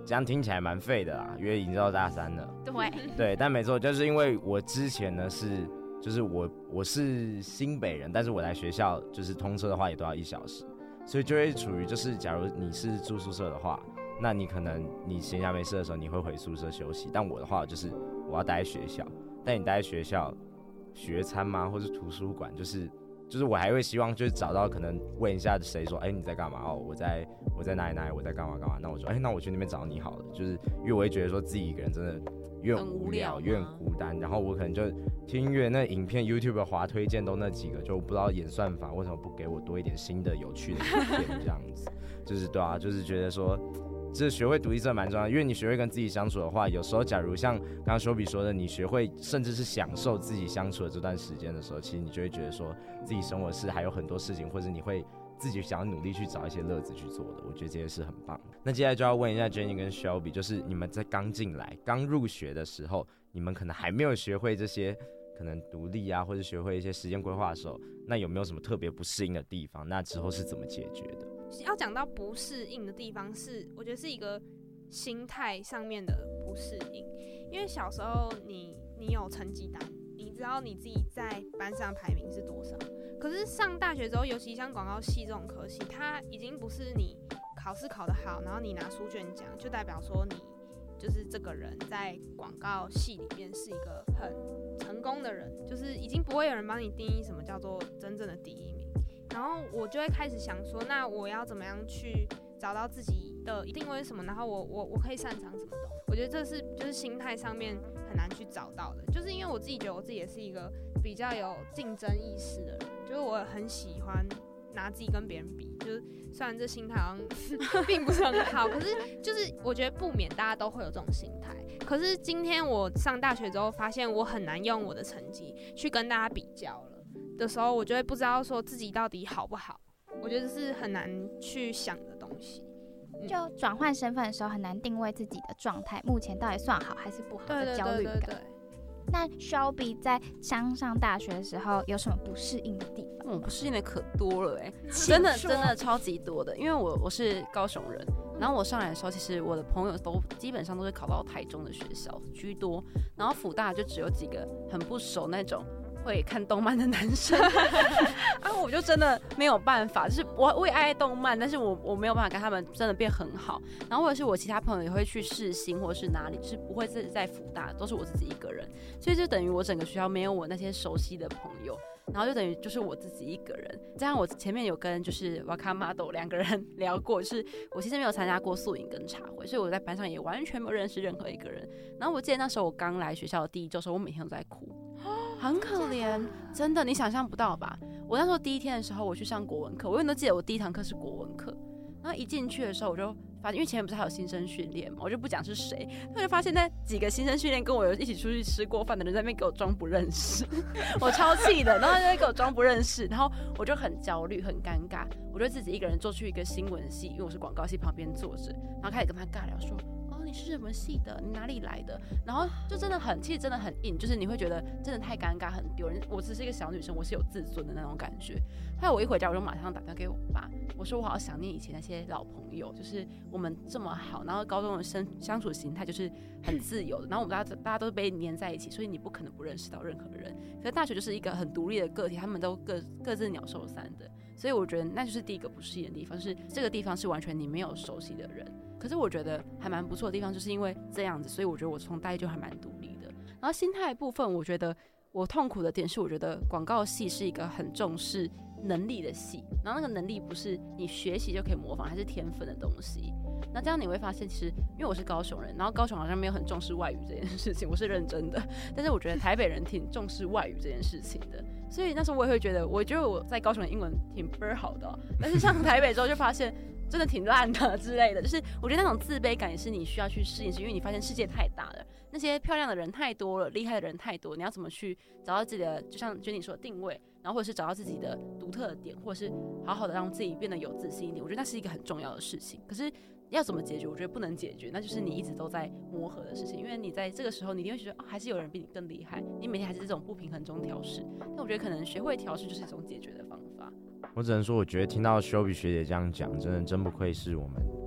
这样听起来蛮废的啦，因为已经到大三了。 对对，但没错，就是因为我之前呢是，就是我我是新北人，但是我来学校就是通车的话也都要一小时，所以就会处于就是，假如你是住宿舍的话，那你可能你闲暇没事的时候你会回宿舍休息，但我的话就是我要待在学校，但你待在学校学餐吗，或是图书馆，就是。就是我还会希望就是找到可能问一下谁说，哎、欸、你在干嘛？哦，我在我在哪里哪里，我在干嘛干嘛？那我说，哎、欸、那我去那边找你好了。就是因为我会觉得说自己一个人真的越无聊越孤单，然后我可能就听音乐那影片 YouTube 的滑推荐都那几个，就不知道演算法为什么不给我多一点新的有趣的影片这样子。就是对啊，就是觉得说。这学会独立真的蛮重要的，因为你学会跟自己相处的话，有时候假如像刚刚修比说的，你学会甚至是享受自己相处的这段时间的时候，其实你就会觉得说自己生活是还有很多事情，或者你会自己想要努力去找一些乐子去做的。我觉得这些是很棒的。那接下来就要问一下 Jenny 跟 Shelby， 就是你们在刚进来、刚入学的时候，你们可能还没有学会这些可能独立啊，或者学会一些时间规划的时候，那有没有什么特别不适应的地方？那之后是怎么解决的？ 要讲到不适应的地方是，我觉得是一个心态上面的不适应。因为小时候你你有成绩单，你知道你自己在班上排名是多少。可是上大学之后，尤其像广告系这种科系，它已经不是你考试考得好，然后你拿书卷奖，就代表说你就是这个人在广告系里面是一个很成功的人，就是已经不会有人帮你定义什么叫做真正的第一名。然后我就会开始想说，那我要怎么样去找到自己的定位是什么？然后我我我可以擅长什么东西？我觉得这是就是心态上面很难去找到的。就是因为我自己觉得我自己也是一个比较有竞争意识的人，就是我很喜欢拿自己跟别人比。就是虽然这心态好像并不是很好，可是就是我觉得不免大家都会有这种心态。可是今天我上大学之后，发现我很难用我的成绩去跟大家比较了。的时候，我就会不知道说自己到底好不好，我觉得是很难去想的东西。嗯、 就转换身份的时候，很难定位自己的状态，目前到底算好还是不好的焦虑感。对对对对对。那 Shelby 在刚上大学的时候有什么不适应的地方？ 我、嗯、不适应的可多了哎、欸，真的真的超级多的。因为我我是高雄人，然后我上来的时候，其实我的朋友都基本上都是考到台中的学校居多，然后辅大就只有几个很不熟那种。会看动漫的男生啊，我就真的没有办法，就是我我也爱动漫，但是我我没有办法跟他们真的变很好。然后或者是我其他朋友也会去世新或者是哪里，就是不会是在辅大，都是我自己一个人，所以就等于我整个学校没有我那些熟悉的朋友，然后就等于就是我自己一个人。这样我前面有跟就是瓦卡马斗两个人聊过，就是我其实没有参加过宿营跟茶会，所以我在班上也完全没有认识任何一个人。然后我记得那时候我刚来学校的第一周的时候，我每天都在哭。很可怜，真的，你想象不到吧？我那时候第一天的时候，我去上国文课，我永远都记得我第一堂课是国文课。然后一进去的时候，我就发现，因为前面不是还有新生训练嘛，我就不讲是谁，我就发现那几个新生训练跟我有一起出去吃过饭的人在那边给我装不认识，我超气的，然后就在给我装不认识，然后我就很焦虑，很尴尬，我就自己一个人坐去一个新闻系，因为我是广告系旁边坐着，然后开始跟他尬聊说。你是什么系的？你哪里来的？然后就真的很，其实真的很硬，就是你会觉得真的太尴尬，很丢人。我只是一个小女生，我是有自尊的那种感觉。后来我一回家，我就马上打电话给我爸，我说我好想念以前那些老朋友，就是我们这么好，然后高中的相相处形态就是很自由的，然后我们大家大家都被黏在一起，所以你不可能不认识到任何人。可是大学就是一个很独立的个体，他们都各各自鸟兽散的，所以我觉得那就是第一个不适应的地方，就是这个地方是完全你没有熟悉的人。可是我觉得还蛮不错的地方，就是因为这样子，所以我觉得我从大一就还蛮独立的。然后心态部分，我觉得我痛苦的点是，我觉得广告系是一个很重视能力的系，然后那个能力不是你学习就可以模仿，还是天分的东西。那这样你会发现，其实因为我是高雄人，然后高雄好像没有很重视外语这件事情，我是认真的。但是我觉得台北人挺重视外语这件事情的，所以那时候我也会觉得，我觉得我在高雄的英文挺倍儿好的、喔，但是上台北之后就发现。真的挺烂的之类的，就是我觉得那种自卑感也是你需要去适应，是因为你发现世界太大了，那些漂亮的人太多了，厉害的人太多，你要怎么去找到自己的，就像Jenny说的定位，然后或者是找到自己的独特的点，或者是好好的让自己变得有自信一点，我觉得那是一个很重要的事情。可是要怎么解决？我觉得不能解决，那就是你一直都在磨合的事情，因为你在这个时候，你一定会觉得、哦、还是有人比你更厉害，你每天还是这种不平衡中调试。但我觉得可能学会调试就是一种解决的方法。 我只能说，我觉得听到 Shelby 学姐这样讲，真的真不愧是我们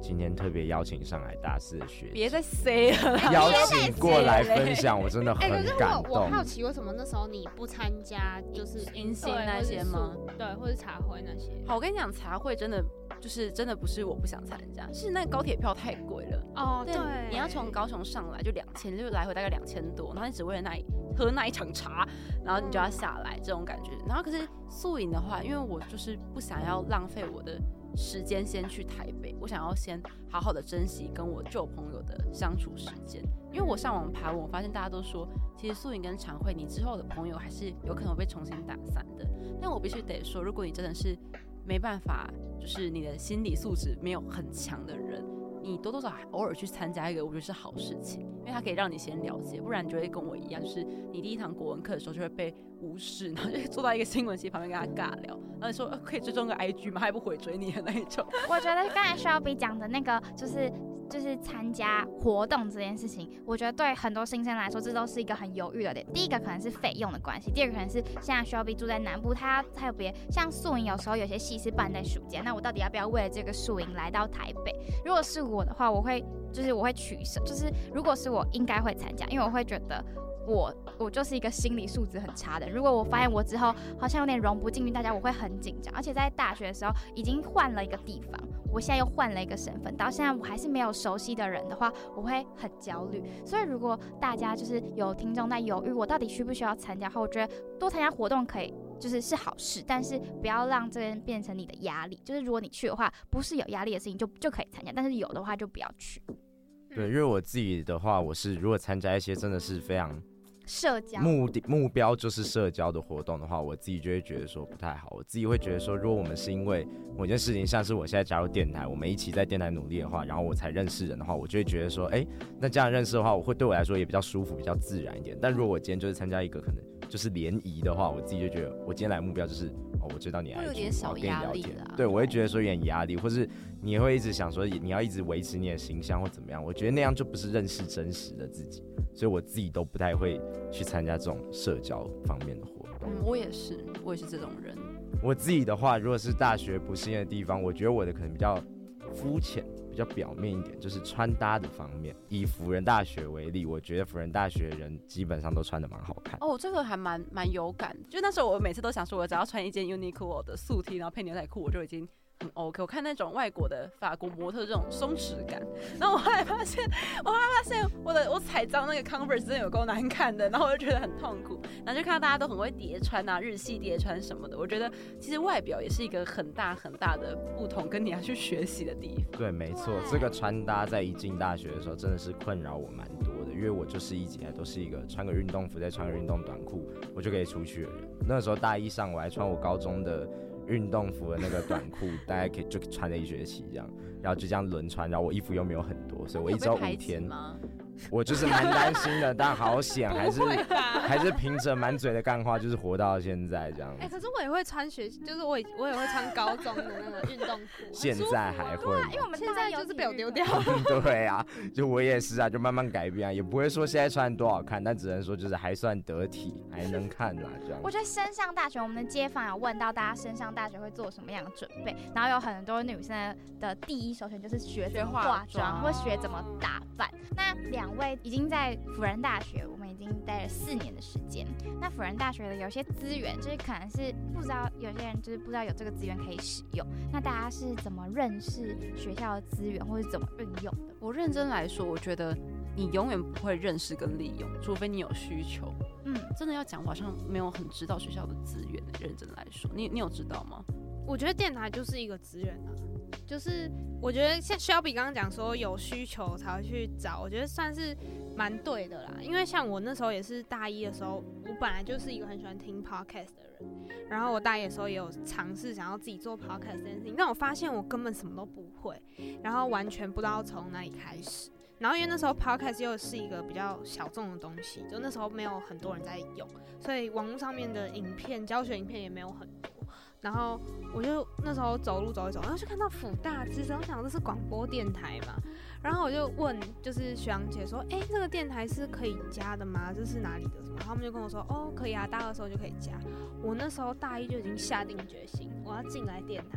今天特别邀请上来大四的学姐， 别再 say 了， 邀请过来分享，我真的很感动。 欸、我, 我好奇为什么那时候你不参加，就是迎新那些吗？ 对，或者茶会那些。 好，我跟你讲，茶会真的就是真的不是我不想参加，是那个高铁票太贵了。 哦，对， 你要从高雄上来就两千，就来回大概两千多，然后你只为了那一喝那一场茶，然后你就要下来，这种感觉。然后可是宿营的话，因为我就是不想要浪费我的时间先去台北，我想要先好好的珍惜跟我旧朋友的相处时间。因为我上网爬文，我发现大家都说，其实宿营跟常会，你之后的朋友还是有可能被重新打散的。但我必须得说，如果你真的是没办法，就是你的心理素质没有很强的人，你多多少少偶尔去参加一个，我觉得是好事情，因为它可以让你先了解，不然你就会跟我一样，就是你第一堂国文课的时候就会被无视，然后就会坐到一个新闻系旁边跟他尬聊，然后你说、呃、可以追踪个 I G 吗？他还不回追你的那一种。 我觉得刚才 Shelby 讲的那个就是就是参加活动这件事情，我觉得对很多新生来说，这都是一个很犹豫的点。第一个可能是费用的关系，第二个可能是现在 Shelby 住在南部，他特别像宿营，有时候有些系是办在暑假，那我到底要不要为了这个宿营来到台北？如果是我的话，我会就是我会取舍，就是如果是我应该会参加，因为我会觉得。我我就是一个心理素质很差的，如果我发现我之后好像有点融不进去大家，我会很紧张，而且在大学的时候已经换了一个地方，我现在又换了一个身份，到现在我还是没有熟悉的人的话，我会很焦虑。所以如果大家就是有听众在犹豫我到底需不需要参加的话，我觉得多参加活动可以就是是好事，但是不要让这边变成你的压力，就是如果你去的话不是有压力的事情就就可以参加，但是有的话就不要去。 对，因为我自己的话，我是如果参加一些真的是非常社交目的目标就是社交的活动的话，我自己就会觉得说不太好。我自己会觉得说，如果我们是因为某件事情，像是我现在加入电台，我们一起在电台努力的话，然后我才认识人的话，我就会觉得说，哎、欸，那这样认识的话，我会对我来说也比较舒服，比较自然一点。但如果我今天就是参加一个可能就是联谊的话，我自己就觉得我今天来的目标就是哦，我知道你爱， 会有点小压力啦。 对，我会觉得说有点压力，或是你会一直想说你要一直维持你的形象或怎么样，我觉得那样就不是认识真实的自己。所以我自己都不太会去参加这种社交方面的活动。 嗯，我也是，我也是这种人。 我自己的话，如果是大学不适应的地方，我觉得我的可能比较肤浅，比较表面一点，就是穿搭的方面。以辅仁大学为例，我觉得辅仁大学人基本上都穿得蛮好看。 哦，这个还蛮蛮有感。就那时候我每次都想说，我只要穿一件 Uniqlo 的素 T， 然后配牛仔裤，我就已经很 OK。我看那种外国的法国模特这种松弛感，然后我后来发现，我后来发现我的我踩脏那个 Converse 真的有够难看的，然后我就觉得很痛苦。然后就看到大家都很会叠穿啊，日系叠穿什么的，我觉得其实外表也是一个很大很大的不同，跟你要去学习的地方。 对，没错，这个穿搭在一进大学的时候真的是困扰我蛮多的，因为我就是一直以来都是一个穿个运动服再穿个运动短裤我就可以出去的人。那时候大一上我还穿我高中的运动服的那个短裤，大概可以就穿了一学期这样，然后就这样轮穿，然后我衣服又没有很多，所以我一周五天。我就是蛮担心的，但好险，还是还是凭着满嘴的干话，就是活到现在这样。 哎、欸，可是我也会穿学，就是我也我也会穿高中的那个运动服。 现在还会、 啊，因为我们现在就是被我丢掉。 对啊，就我也是啊，就慢慢改变啊，也不会说现在穿多好看，但只能说就是还算得体，还能看啊这样。 我觉得升上大学，我们的街访有问到大家升上大学会做什么样的准备，然后有很多女生的第一首选就是学怎么化妆，或学怎么打扮。那两位已经在辅仁大学，我们已经待了四年的时间。那辅仁大学的有些资源，就是可能是不知道，有些人就是不知道有这个资源可以使用。那大家是怎么认识学校的资源，或是怎么运用的？ 我认真来说，我觉得你永远不会认识跟利用，除非你有需求。嗯，真的要讲，我好像没有很知道学校的资源。认真来说，你你有知道吗？ 我觉得电台就是一个资源啊。就是我觉得像 Shelby 刚刚讲说有需求才会去找，我觉得算是蛮对的啦。因为像我那时候也是大一的时候，我本来就是一个很喜欢听 podcast 的人，然后我大一的时候也有尝试想要自己做 podcast 这件事情，但我发现我根本什么都不会，然后完全不知道从哪里开始。然后因为那时候 podcast 又是一个比较小众的东西，就那时候没有很多人在用，所以网络上面的影片教学影片也没有很多。然后我就那时候走路走一走，然后就看到辅大之声，我想这是广播电台嘛，然后我就问就是学长姐说，哎、欸，这个电台是可以加的吗？这是哪里的什么？他们就跟我说，哦，可以啊，大二的时候就可以加。我那时候大一就已经下定决心，我要进来电台。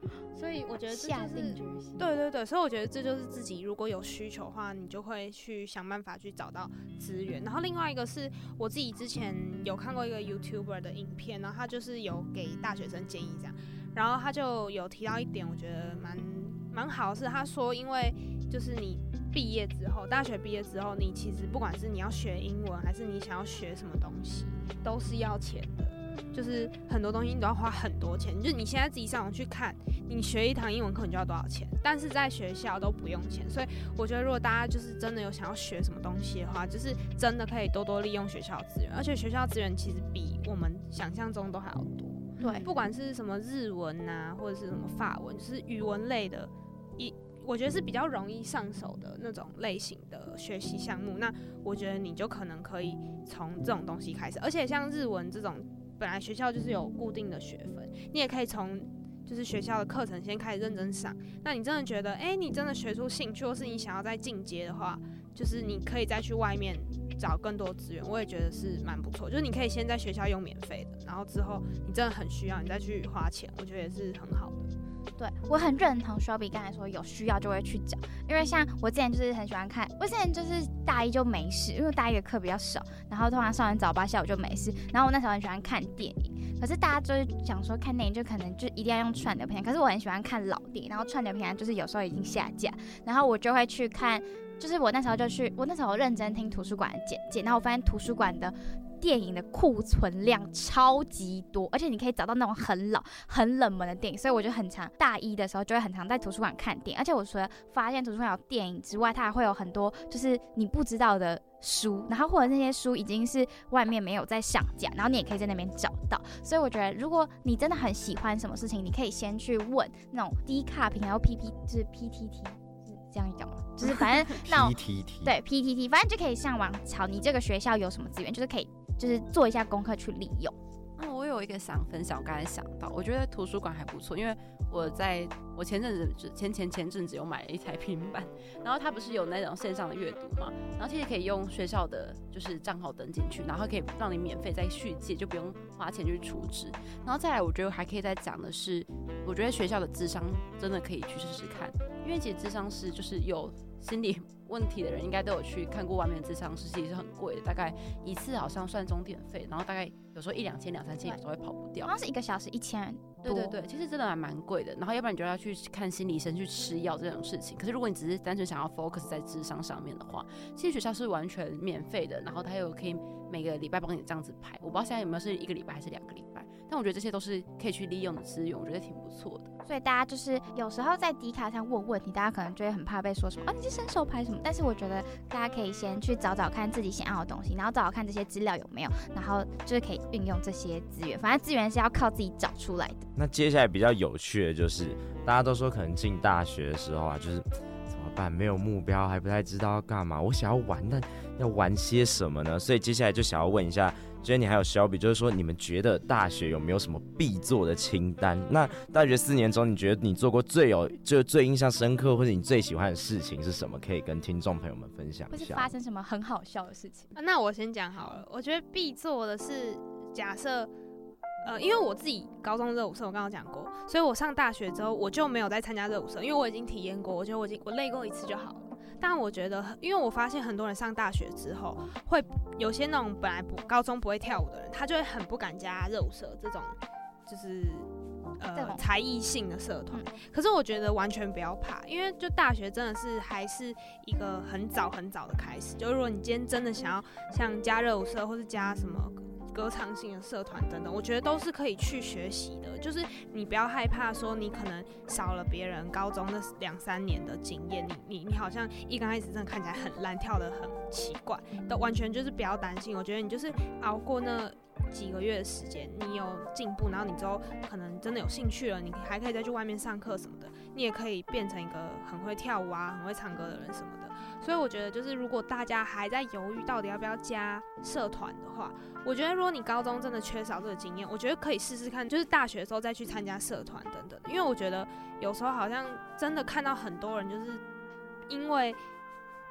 所以我觉得这下就是定决心。 对对对，所以我觉得这就是自己如果有需求的话，你就会去想办法去找到资源。然后另外一个是我自己之前有看过一个 YouTuber 的影片，然后他就是有给大学生建议这样，然后他就有提到一点，我觉得蛮蛮好的是，他说因为就是你毕业之后，大学毕业之后，你其实不管是你要学英文，还是你想要学什么东西，都是要钱的。就是很多东西你都要花很多钱，就是你现在自己上网去看，你学一堂英文课你就要多少钱，但是在学校都不用钱。所以我觉得如果大家就是真的有想要学什么东西的话，就是真的可以多多利用学校的资源，而且学校资源其实比我们想象中都还要多。 对， 不管是什么日文啊，或者是什么法文，就是语文类的，一我觉得是比较容易上手的那种类型的学习项目。那我觉得你就可能可以从这种东西开始，而且像日文这种本来学校就是有固定的学分，你也可以从就是学校的课程先开始认真上。那你真的觉得，哎、欸，你真的学出兴趣，或是你想要再进阶的话，就是你可以再去外面找更多资源。我也觉得是蛮不错，就是你可以先在学校用免费的，然后之后你真的很需要，你再去花钱，我觉得也是很好的。 对，我很认同 Shelby 刚才说有需要就会去找，因为像我之前就是很喜欢看，我之前就是大一就没事，因为大一的课比较少，然后通常上完早八下午就没事，然后我那时候很喜欢看电影，可是大家就是讲说看电影就可能就一定要用串流平台，可是我很喜欢看老电影，然后串流平台就是有时候已经下架，然后我就会去看，就是我那时候就去，我那时候认真听图书馆的简介，然后我发现图书馆的电影的库存量超级多，而且你可以找到那种很老很冷门的电影，所以我就很常大一的时候就会很常在图书馆看电影，而且我除了发现图书馆有电影之外，它还会有很多就是你不知道的书，然后或者那些书已经是外面没有在上架，然后你也可以在那边找到。所以我觉得如果你真的很喜欢什么事情，你可以先去问那种低卡平台或 P P 就是 P T T 是这样讲吗？就是反正那种 P T T 对 P T T， 反正就可以上网查你这个学校有什么资源，就是可以就是做一下功课去利用。 嗯，我有一个想分享，我刚才想到，我觉得图书馆还不错，因为我在我前阵子前前前阵子有买了一台平板，然后它不是有那种线上的阅读嘛，然后其实可以用学校的就是账号登进去，然后可以让你免费再续借，就不用花钱去储值。然后再来，我觉得还可以再讲的是，我觉得学校的諮商真的可以去试试看，因为其实諮商室就是有心理问题的人应该都有去看过外面的諮商室，其实是很贵的，大概一次好像算钟点费，然后大概有时候一两千、两三千，有时候会跑不掉。 好像是一个小时一千多。 对对对，其实真的还蛮贵的。然后要不然你就要去看心理医生去吃药这种事情。可是如果你只是单纯想要 focus 在諮商上面的话，其实学校是完全免费的，然后它又可以每个礼拜帮你这样子排。我不知道现在有没有是一个礼拜还是两个礼拜，但我觉得这些都是可以去利用的资源，我觉得挺不错的。 所以大家就是有时候在迪卡上问问题，大家可能就会很怕被说什么啊你是伸手牌什么，但是我觉得大家可以先去找找看自己想要的东西，然后找找看这些资料有没有，然后就是可以运用这些资源，反正资源是要靠自己找出来的。 那接下来比较有趣的就是，大家都说可能进大学的时候啊，就是怎么办？没有目标，还不太知道要干嘛。我想要玩，但要玩些什么呢？所以接下来就想要问一下 Jenny 还有 Shelby， 就是说你们觉得大学有没有什么必做的清单？那大学四年中，你觉得你做过最有就最印象深刻，或者你最喜欢的事情是什么？可以跟听众朋友们分享一下。 或是发生什么很好笑的事情？ 啊、那我先讲好了。我觉得必做的是，假设。呃，因为我自己高中热舞社我刚刚讲过，所以我上大学之后我就没有再参加热舞社，因为我已经体验过，我觉得我已经我累过一次就好了。但我觉得，因为我发现很多人上大学之后，会有些那种本来不高中不会跳舞的人，他就会很不敢加热舞社这种，就是呃才艺性的社团。可是我觉得完全不要怕，因为就大学真的是还是一个很早很早的开始。就如果你今天真的想要像加热舞社或是加什么歌唱性的社团等等，我觉得都是可以去学习的。就是你不要害怕说你可能少了别人高中那两三年的经验，你你你好像一刚开始真的看起来很烂，跳得很奇怪，都完全就是不要担心。我觉得你就是熬过那几个月的时间，你有进步，然后你之后可能真的有兴趣了，你还可以再去外面上课什么的，你也可以变成一个很会跳舞啊、很会唱歌的人什么的。所以我觉得，就是如果大家还在犹豫到底要不要加社团的话，我觉得如果你高中真的缺少这个经验，我觉得可以试试看，就是大学的时候再去参加社团等等。因为我觉得有时候好像真的看到很多人就是因为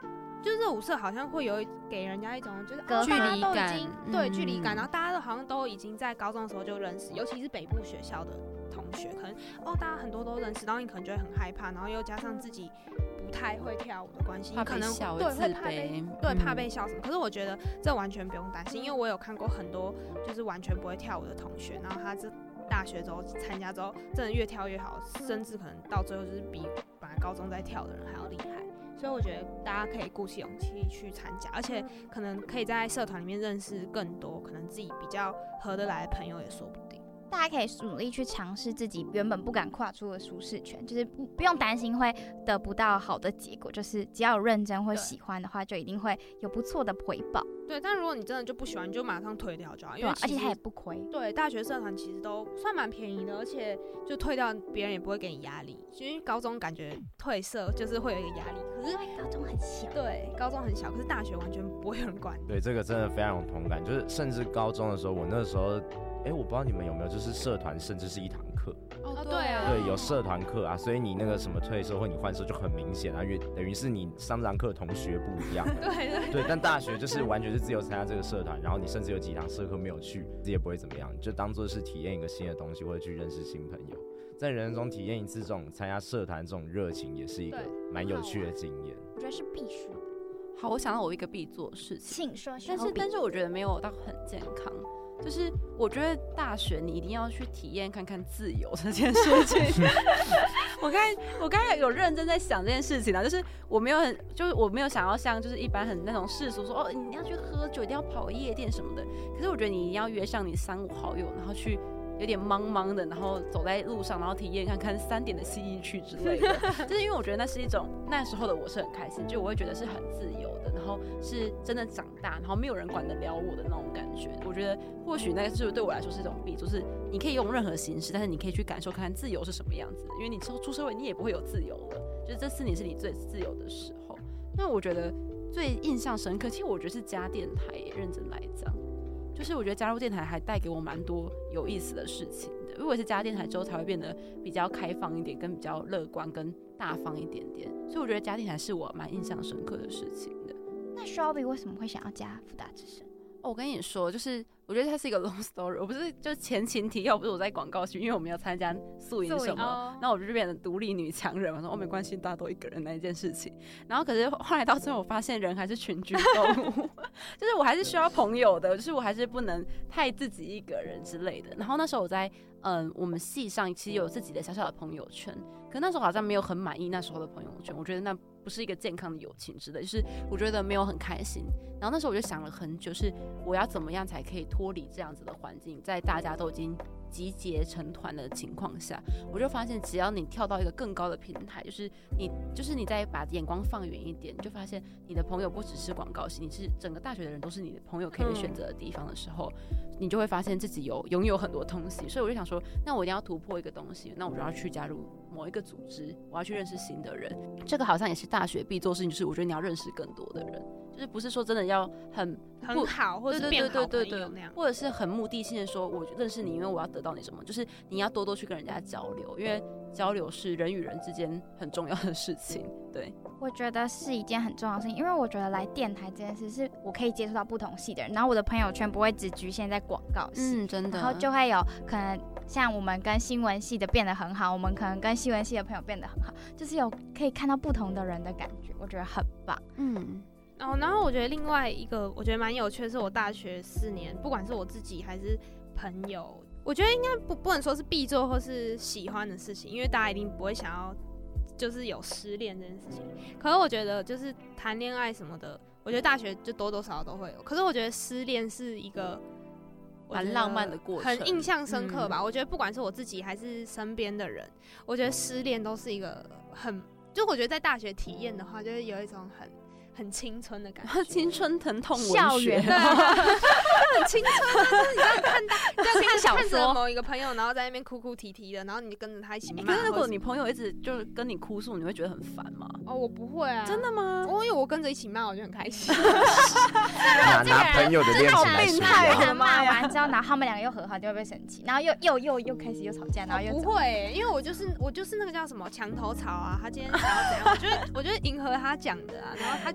就是热舞社好像会有给人家一种就是隔距离感， 大家都已经对嗯距离感，然后大家都好像都已经在高中的时候就认识，尤其是北部学校的同学，可能哦大家很多都认识，然后你可能就会很害怕，然后又加上自己不太会跳舞的关系， 怕可能被笑对会自会怕被卑， 对怕嗯被笑什么。可是我觉得这完全不用担心，因为我有看过很多就是完全不会跳舞的同学，然后他这大学之后参加之后，真的越跳越好，甚至可能到最后就是比本来高中在跳的人还要厉害。所以我觉得大家可以鼓起勇气去参加，而且可能可以在社团里面认识更多可能自己比较合得来的朋友，也说不定。 大家可以努力去尝试自己原本不敢跨出的舒适圈，就是不不用担心会得不到好的结果，就是只要有认真或喜欢的话，就一定会有不错的回报。 对，但如果你真的就不喜欢，你就马上退掉就好，因为、 啊、而且它也不亏。 对，大学社团其实都算蛮便宜的，而且就退掉别人也不会给你压力。因为高中感觉退社就是会有一个压力，可是高中很小。 对，高中很小，可是大学完全不会有人管你。 对，这个真的非常有同感，就是甚至高中的时候，我那时候。哎、欸，我不知道你们有没有，就是社团甚至是一堂课。 哦，对啊， 对，有社团课啊，所以你那个什么退社或你换社就很明显啊，因为等于是你上这堂课同学不一样。 对对对，但大学就是完全是自由参加这个社团，然后你甚至有几堂社课没有去，自己也不会怎么样，就当做是体验一个新的东西，或者去认识新朋友，在人生中体验一次这种参加社团这种热情，也是一个蛮有趣的经验。 我觉得是必须的。 好，我想到我一个必做的事情， 请说。 但是但是我觉得没有到很健康。就是我觉得大学你一定要去体验看看自由这件事情。我刚才我刚才有认真在想这件事情啊，就是我没有很就是我没有想要像就是一般很那种世俗说哦你要去喝酒一定要跑夜店什么的，可是我觉得你一定要约上你三五好友，然后去有点茫茫的，然后走在路上，然后体验看看三点的信义区之类的。就是因为我觉得那是一种那时候的我是很开心，就我会觉得是很自由的，然后是真的长大，然后没有人管得了我的那种感觉。我觉得或许那个是对我来说是一种弊，就是你可以用任何形式，但是你可以去感受看看自由是什么样子的。因为你出社会，你也不会有自由了，就是这四年是你最自由的时候。那我觉得最印象深刻，其实我觉得是加电台耶，认真来讲。就是我觉得加入电台还带给我蛮多有意思的事情的，因为我是加入电台之后才会变得比较开放一点，跟比较乐观跟大方一点点，所以我觉得加电台是我蛮印象深刻的事情的。 那 Shelby 为什么会想要加福大之声？ 哦，我跟你说，就是我觉得它是一个 long story。我不是就前情提要，不是我在广告区，因为我们要参加宿营什么，那、哦、我就变成独立女强人嘛，说哦没关系，大家都一个人那一件事情。然后可是后来到最后，我发现人还是群居动物，就是我还是需要朋友的，就是我还是不能太自己一个人之类的。然后那时候我在嗯我们系上其实有自己的小小的朋友圈，可那时候好像没有很满意那时候的朋友圈，我觉得那不是一个健康的友情之类，就是我觉得没有很开心。然后那时候我就想了很久，是我要怎么样才可以脱离这样子的环境，在大家都已经集结成团的情况下，我就发现只要你跳到一个更高的平台，就是你就是你再把眼光放远一点，你就发现你的朋友不只是广告系，你是整个大学的人都是你的朋友可以选择的地方的时候，嗯、你就会发现自己有拥有很多东西。所以我就想说，那我一定要突破一个东西，那我就要去加入某一个组织，我要去认识新的人。这个好像也是大学必做事情，就是我觉得你要认识更多的人，就是不是说真的要很很好，或者是变好朋友那样， 或者是很目的性的说，我认识你，因为我要得到你什么，就是你要多多去跟人家交流，因为交流是人与人之间很重要的事情。对， 我觉得是一件很重要的事情，因为我觉得来电台这件事是我可以接触到不同系的人，然后我的朋友圈不会只局限在广告系， 嗯，真的， 然后就会有可能像我们跟新闻系的变得很好，我们可能跟新闻系的朋友变得很好，就是有可以看到不同的人的感觉，我觉得很棒。 嗯。 哦，然后我觉得另外一个我觉得蛮有趣的是，我大学四年，不管是我自己还是朋友，我觉得应该不不能说是必做或是喜欢的事情，因为大家一定不会想要就是有失恋这件事情。可是我觉得就是谈恋爱什么的，我觉得大学就多多少少都会有。可是我觉得失恋是一个蛮浪漫的过程， 很印象深刻吧。嗯、我觉得不管是我自己还是身边的人，我觉得失恋都是一个很，就我觉得在大学体验的话，就是有一种很。很青春的感觉， 青春疼痛文学， 校园对，很青春，就是你这样看到，这样看小说， 看着某一个朋友，然后在那边哭哭啼啼的，然后你就跟着他一起骂。 可是如果你朋友一直就是跟你哭诉，你会觉得很烦吗？ 哦，我不会啊， 真的吗？ 我因为我跟着一起骂，我就很开心。 拿拿朋友的恋情来说， 他骂完之后，然后他们两个又和好，就会被生气，然后又又又又开始又吵架，然后又不会、欸，因为我就是我就是那个叫什么墙头草啊，他今天想要怎样，我觉得我觉得迎合他讲的啊，然后他今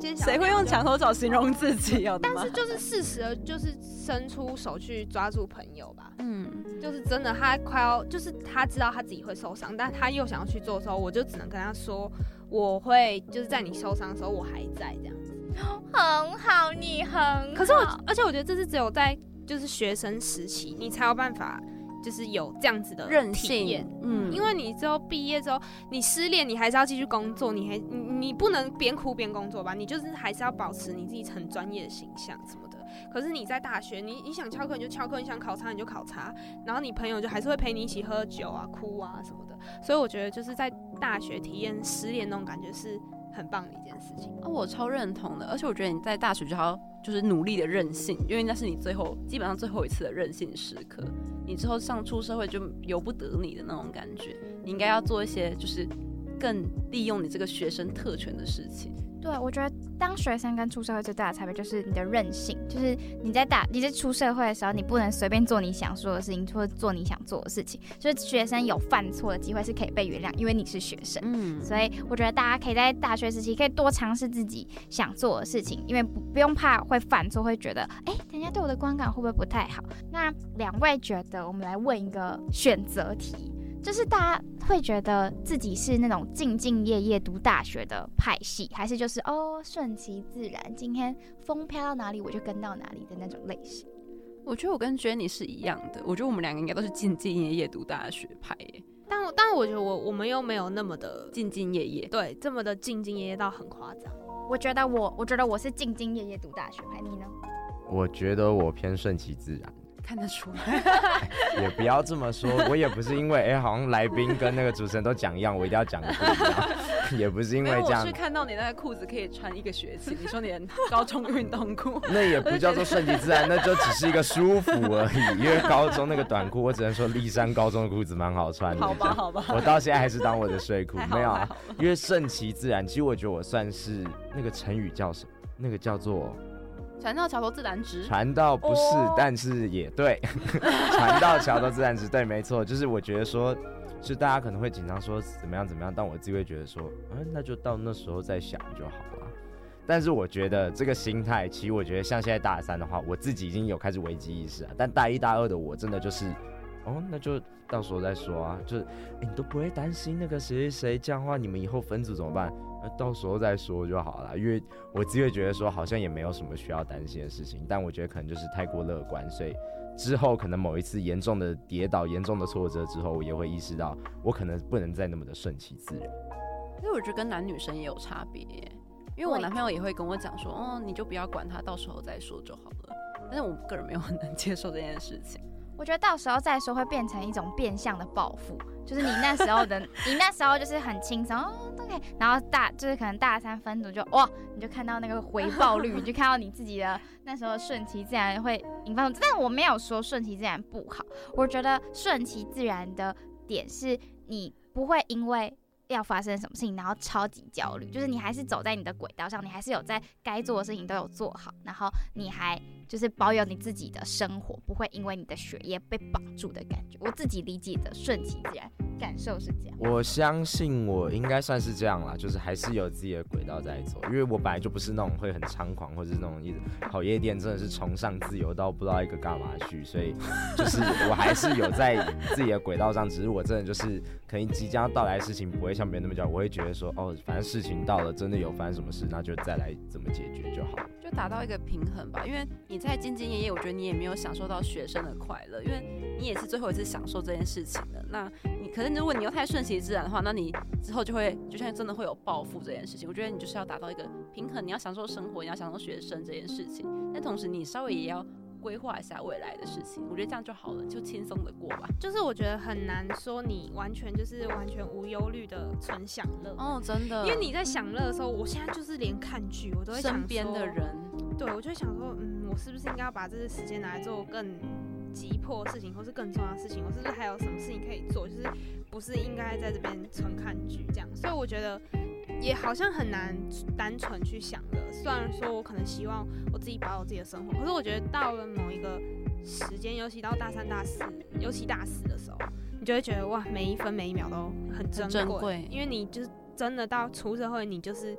今天想谁会用墙头草形容自己？ 但是就是适时的，就是伸出手去抓住朋友吧。嗯，就是真的，他快要，就是他知道他自己会受伤，但他又想要去做的时候，我就只能跟他说，我会就是在你受伤的时候，我还在这样子。 很好，你很好。 可是我，而且我觉得这是只有在就是学生时期，你才有办法。就是有这样子的韧性， 嗯，因为你之后毕业之后，你失恋，你还是要继续工作，你还你你不能边哭边工作吧？你就是还是要保持你自己很专业的形象什么的。可是你在大学，你你想翘课你就翘课，你想考察你就考察，然后你朋友就还是会陪你一起喝酒啊、哭啊什么的。所以我觉得就是在大学体验失恋那种感觉是很棒的一件事情。 哦，我超认同的，而且我觉得你在大学就要就是努力的任性，因为那是你最后基本上最后一次的任性时刻。你之后上出社会就由不得你的那种感觉，你应该要做一些就是更利用你这个学生特权的事情。 对，我觉得当学生跟出社会最大的差别就是你的韧性，就是你在大你在出社会的时候，你不能随便做你想说的事情，或者做你想做的事情。就是学生有犯错的机会是可以被原谅，因为你是学生。嗯，所以我觉得大家可以在大学时期可以多尝试自己想做的事情，因为 不, 不用怕会犯错，会觉得哎，人家对我的观感会不会不太好？那两位觉得，我们来问一个选择题。就是大家会觉得自己是那种兢兢业业读大学的派系，还是就是哦顺其自然，今天风飘到哪里我就跟到哪里的那种类型？ 我觉得我跟 Jenny 是一样的，我觉得我们两个应该都是兢兢业业读大学派耶。 但但我觉得我我们又没有那么的兢兢业业， 对，这么的兢兢业业到很夸张。 我觉得我我觉得我是兢兢业业读大学派，你呢？ 我觉得我偏顺其自然。 看得出来也不要这么说，我也不是因为哎、欸，好像来宾跟那个主持人都讲一样，我一定要讲的不一样，也不是因为这样。 我是看到你那个裤子可以穿一个学期，你说你的高中运动裤， 那也不叫做顺其自然，那就只是一个舒服而已。因为高中那个短裤，我只能说立山高中的裤子蛮好穿的。 好吧，好吧， 我到现在还是当我的睡裤，没有啊。因为顺其自然，其实我觉得我算是那个成语叫什么？那个叫做。 船到桥头自然直， 船到不是，哦、但是也对，船到桥头自然直，对，没错，就是我觉得说，就大家可能会紧张说怎么样怎么样，但我自己会觉得说，嗯，那就到那时候再想就好了。但是我觉得这个心态，其实我觉得像现在大三的话，我自己已经有开始危机意识了，但大一大二的我真的就是，哦，那就到时候再说啊，就是，欸、你都不会担心那个谁谁谁这样的话，你们以后分组怎么办？那到时候再说就好了，因为我自己会觉得说好像也没有什么需要担心的事情，但我觉得可能就是太过乐观，所以之后可能某一次严重的跌倒、严重的挫折之后，我也会意识到我可能不能再那么的顺其自然。 因为我觉得跟男女生也有差别耶，因为我男朋友也会跟我讲说，哦，你就不要管他，到时候再说就好了。但是我个人没有很能接受这件事情。 我觉得到时候再说会变成一种变相的报复，就是你那时候的，你那时候就是很轻松哦 ，OK， 然后大就是可能大三分组就哇，你就看到那个回报率，你就看到你自己的那时候顺其自然会引发，但我没有说顺其自然不好，我觉得顺其自然的点是你不会因为要发生什么事情，然后超级焦虑，就是你还是走在你的轨道上，你还是有在该做的事情都有做好，然后你还就是保有你自己的生活，不会因为你的学业被绑住的感觉。我自己理解的顺其自然感受是这样。 我相信我应该算是这样啦，就是还是有自己的轨道在走，因为我本来就不是那种会很猖狂，或者是那种一直跑夜店，真的是崇尚自由到不知道一个干嘛去，所以就是我还是有在自己的轨道上，只是我真的就是可能即将到来的事情不会像别人那么讲，我会觉得说哦，反正事情到了，真的有发生什么事，那就再来怎么解决就好， 就达到一个平衡吧。因为你在兢兢业业，我觉得你也没有享受到学生的快乐，因为你也是最后一次享受这件事情的。那你可是如果你又太顺其自然的话，那你之后就会就像真的会有报复这件事情。我觉得你就是要达到一个平衡，你要享受生活，你要享受学生这件事情，但同时你稍微也要规划一下未来的事情，我觉得这样就好了，就轻松的过吧。 就是我觉得很难说你完全就是完全无忧虑的纯享乐哦，真的， 因为你在享乐的时候，我现在就是连看剧我都会想说身边的人， 对我就会想说，嗯，我是不是应该要把这个时间拿来做更急迫的事情，或是更重要的事情？我是不是还有什么事情可以做？就是不是应该在这边纯看剧这样？所以我觉得也好像很难单纯去享乐。虽然说我可能希望我自己保有自己的生活，可是我觉得到了某一个时间，尤其到大三、大四，尤其大四的时候，你就会觉得哇，每一分每一秒都很珍贵，因为你就是真的到出社会，你就是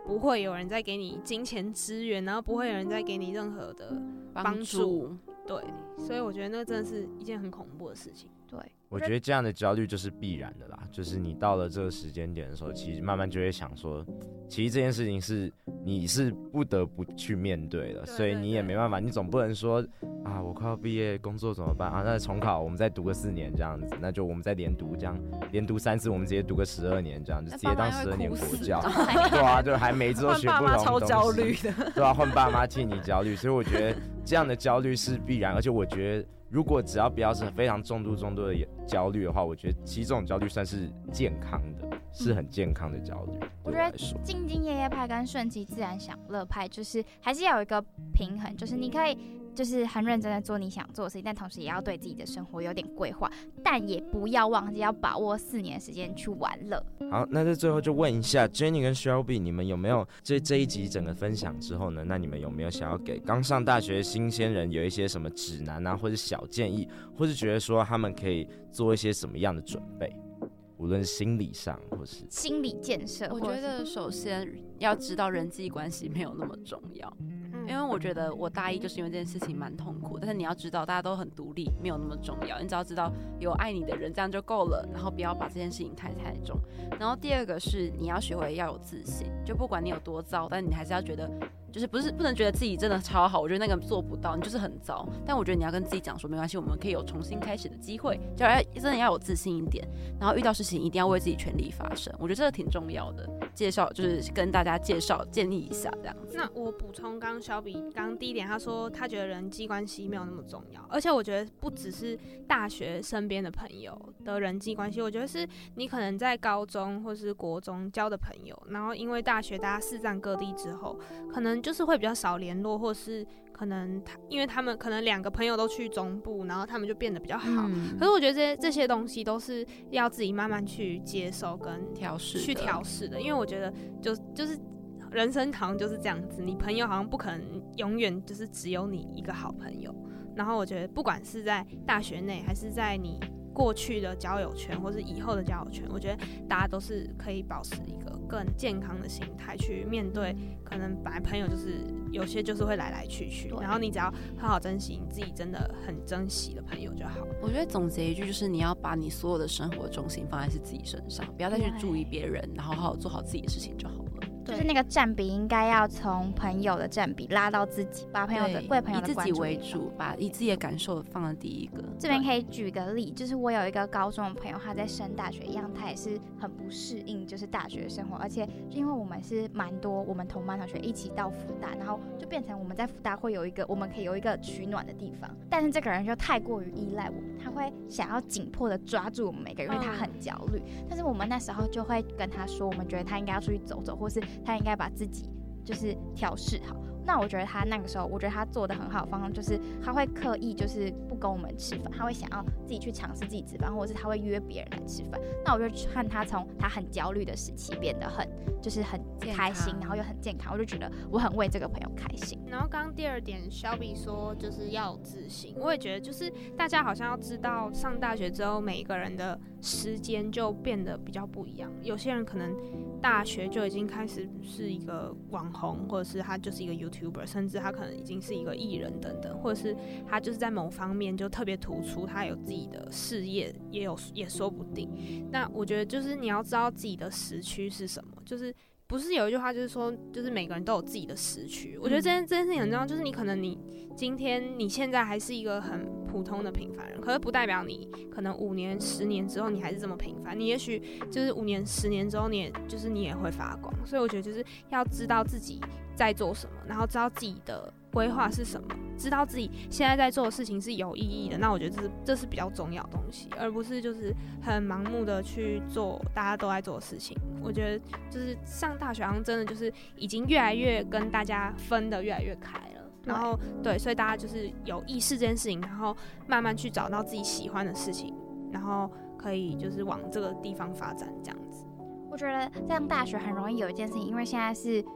不会有人再给你金钱支援，然后不会有人再给你任何的帮助。对，所以我觉得那真的是一件很恐怖的事情。 对， 我觉得这样的焦虑就是必然的啦，就是你到了这个时间点的时候，其实慢慢就会想说，其实这件事情是你是不得不去面对的，所以你也没办法，你总不能说啊，我快要毕业，工作怎么办啊？那重考，我们再读个四年这样子，那就我们再连读这样，连读三次，我们直接读个十二年这样，就直接当十二年国教，对啊，就还每一次都学不同的东西， 超焦虑的， 对啊，换爸妈替你焦虑，所以我觉得这样的焦虑是必然，而且我觉得。如果只要不要是非常重度重度的焦虑的话，我觉得其实这种焦虑算是健康的，是很健康的焦虑。 我觉得兢兢业业派跟顺其自然享乐派，就是还是要有一个平衡，就是你可以就是很认真的做你想做的事情，但同时也要对自己的生活有点规划，但也不要忘记要把握四年的时间去玩乐。 好，那在最后就问一下 Jenny 跟 Shelby， 你们有没有这这一集整个分享之后呢？那你们有没有想要给刚上大学的新鲜人有一些什么指南啊，或者小建议，或是觉得说他们可以做一些什么样的准备？无论是心理上或是心理建设， 我觉得首先要知道人际关系没有那么重要。因为我觉得我大一就是因为这件事情蛮痛苦，但是你要知道大家都很独立，没有那么重要，你只要知道有爱你的人这样就够了，然后不要把这件事情太太重。然后第二个是你要学会要有自信，就不管你有多糟，但你还是要觉得就是不是不能觉得自己真的超好，我觉得那个做不到，你就是很糟。但我觉得你要跟自己讲说没关系，我们可以有重新开始的机会，就要真的要有自信一点，然后遇到事情一定要为自己全力发声，我觉得这个挺重要的。介绍就是跟大家介绍建议一下这样子。 那我补充刚小比刚刚第一点，他说他觉得人际关系没有那么重要，而且我觉得不只是大学身边的朋友的人际关系，我觉得是你可能在高中或是国中交的朋友，然后因为大学大家四散各地之后，可能就是会比较少联络，或是可能他因为他们可能两个朋友都去中部，然后他们就变得比较好。嗯、可是我觉得这些这些东西都是要自己慢慢去接受跟调试， 去调试的，因为我觉得就就是人生好像就是这样子，你朋友好像不可能永远就是只有你一个好朋友。然后我觉得不管是在大学内还是在你过去的交友圈或是以后的交友圈，我觉得大家都是可以保持一个更健康的心态去面对，可能本来朋友就是有些就是会来来去去，然后你只要好好珍惜你自己真的很珍惜的朋友就好。 我觉得总结一句就是你要把你所有的生活重心放在是自己身上，不要再去注意别人，然后好好做好自己的事情就好了。 就是那个占比应该要从朋友的占比拉到自己，把朋友的为朋友的关注以自己为主，把以自己的感受放在第一个。 这边可以举个例，就是我有一个高中的朋友，他在升大学一样，他也是很不适应就是大学生活，而且因为我们是蛮多我们同班同学一起到福大，然后就变成我们在福大会有一个我们可以有一个取暖的地方，但是这个人就太过于依赖我们，他会想要紧迫的抓住我们每个人，因为他很焦虑。嗯、但是我们那时候就会跟他说，我们觉得他应该要出去走走，或是他应该把自己就是调试好。那我觉得他那个时候，我觉得他做的很好的方向就是他会刻意就是不跟我们吃饭，他会想要自己去尝试自己吃饭，或者是他会约别人来吃饭。那我就看他从他很焦虑的时期变得很就是很开心，然后又很健康，我就觉得我很为这个朋友开心。 然后刚刚第二点 Shelby 说就是要有自信，我也觉得就是大家好像要知道上大学之后每一个人的时间就变得比较不一样，有些人可能大学就已经开始是一个网红，或者是他就是一个 YouTuber， 甚至他可能已经是一个艺人等等，或者是他就是在某方面就特别突出，他有自己的事业也有也说不定。那我觉得就是你要知道自己的时区是什么，就是不是有一句话就是说，就是每个人都有自己的时区。我觉得这件这件事情很重要，就是你可能你今天你现在还是一个很普通的平凡人，可是不代表你可能五年、十年之后你还是这么平凡。你也许就是五年、十年之后，你也就是你也会发光。所以我觉得就是要知道自己在做什么，然后知道自己的规划是什么，知道自己现在在做的事情是有意义的。那我觉得这是这是比较重要的东西，而不是就是很盲目的去做大家都在做的事情。我觉得就是上大学好像真的就是已经越来越跟大家分得越来越开了。然后对，所以大家就是有意识这件事情，然后慢慢去找到自己喜欢的事情，然后可以就是往这个地方发展这样子。 我觉得上大学很容易有一件事情，因为现在是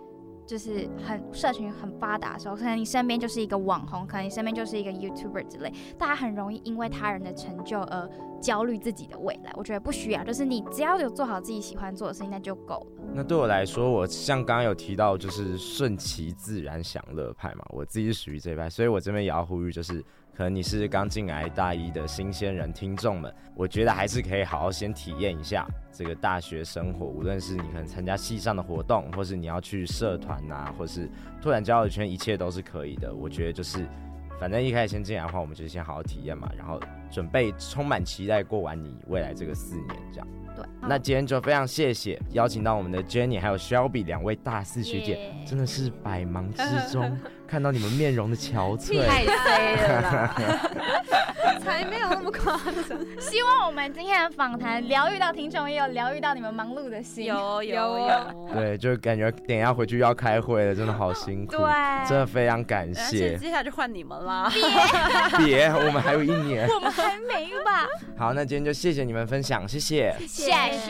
就是很社群很发达的时候，可能你身边就是一个网红，可能你身边就是一个 YouTuber 之类，大家很容易因为他人的成就而焦虑自己的未来。我觉得不需要，就是你只要有做好自己喜欢做的事情，那就够了。 那对我来说，我像刚刚有提到，就是顺其自然享乐派嘛，我自己是属于这一派，所以我这边也要呼吁，就是可能你是刚进来大一的新鲜人听众们，我觉得还是可以好好先体验一下这个大学生活，无论是你可能参加系上的活动，或是你要去社团啊，或是拓展交友圈，一切都是可以的。我觉得就是反正一开始先进来的话，我们就先好好体验嘛，然后准备充满期待过完你未来这个四年这样。 对， 那今天就非常谢谢邀请到我们的 Jenny 还有 Shelby 两位大四学姐， yeah. 真的是百忙之中看到你们面容的憔悴， 太衰了啦， 才没有那么夸张。 希望我们今天的访谈疗愈到听众，也有疗愈到你们忙碌的心。 有有有， 对，就感觉等一下回去要开会了，真的好辛苦， 对， 真的非常感谢。 接下来就换你们啦， 别，我们还有一年， 我们还没吧。 好，那今天就谢谢你们分享，谢谢， 谢谢。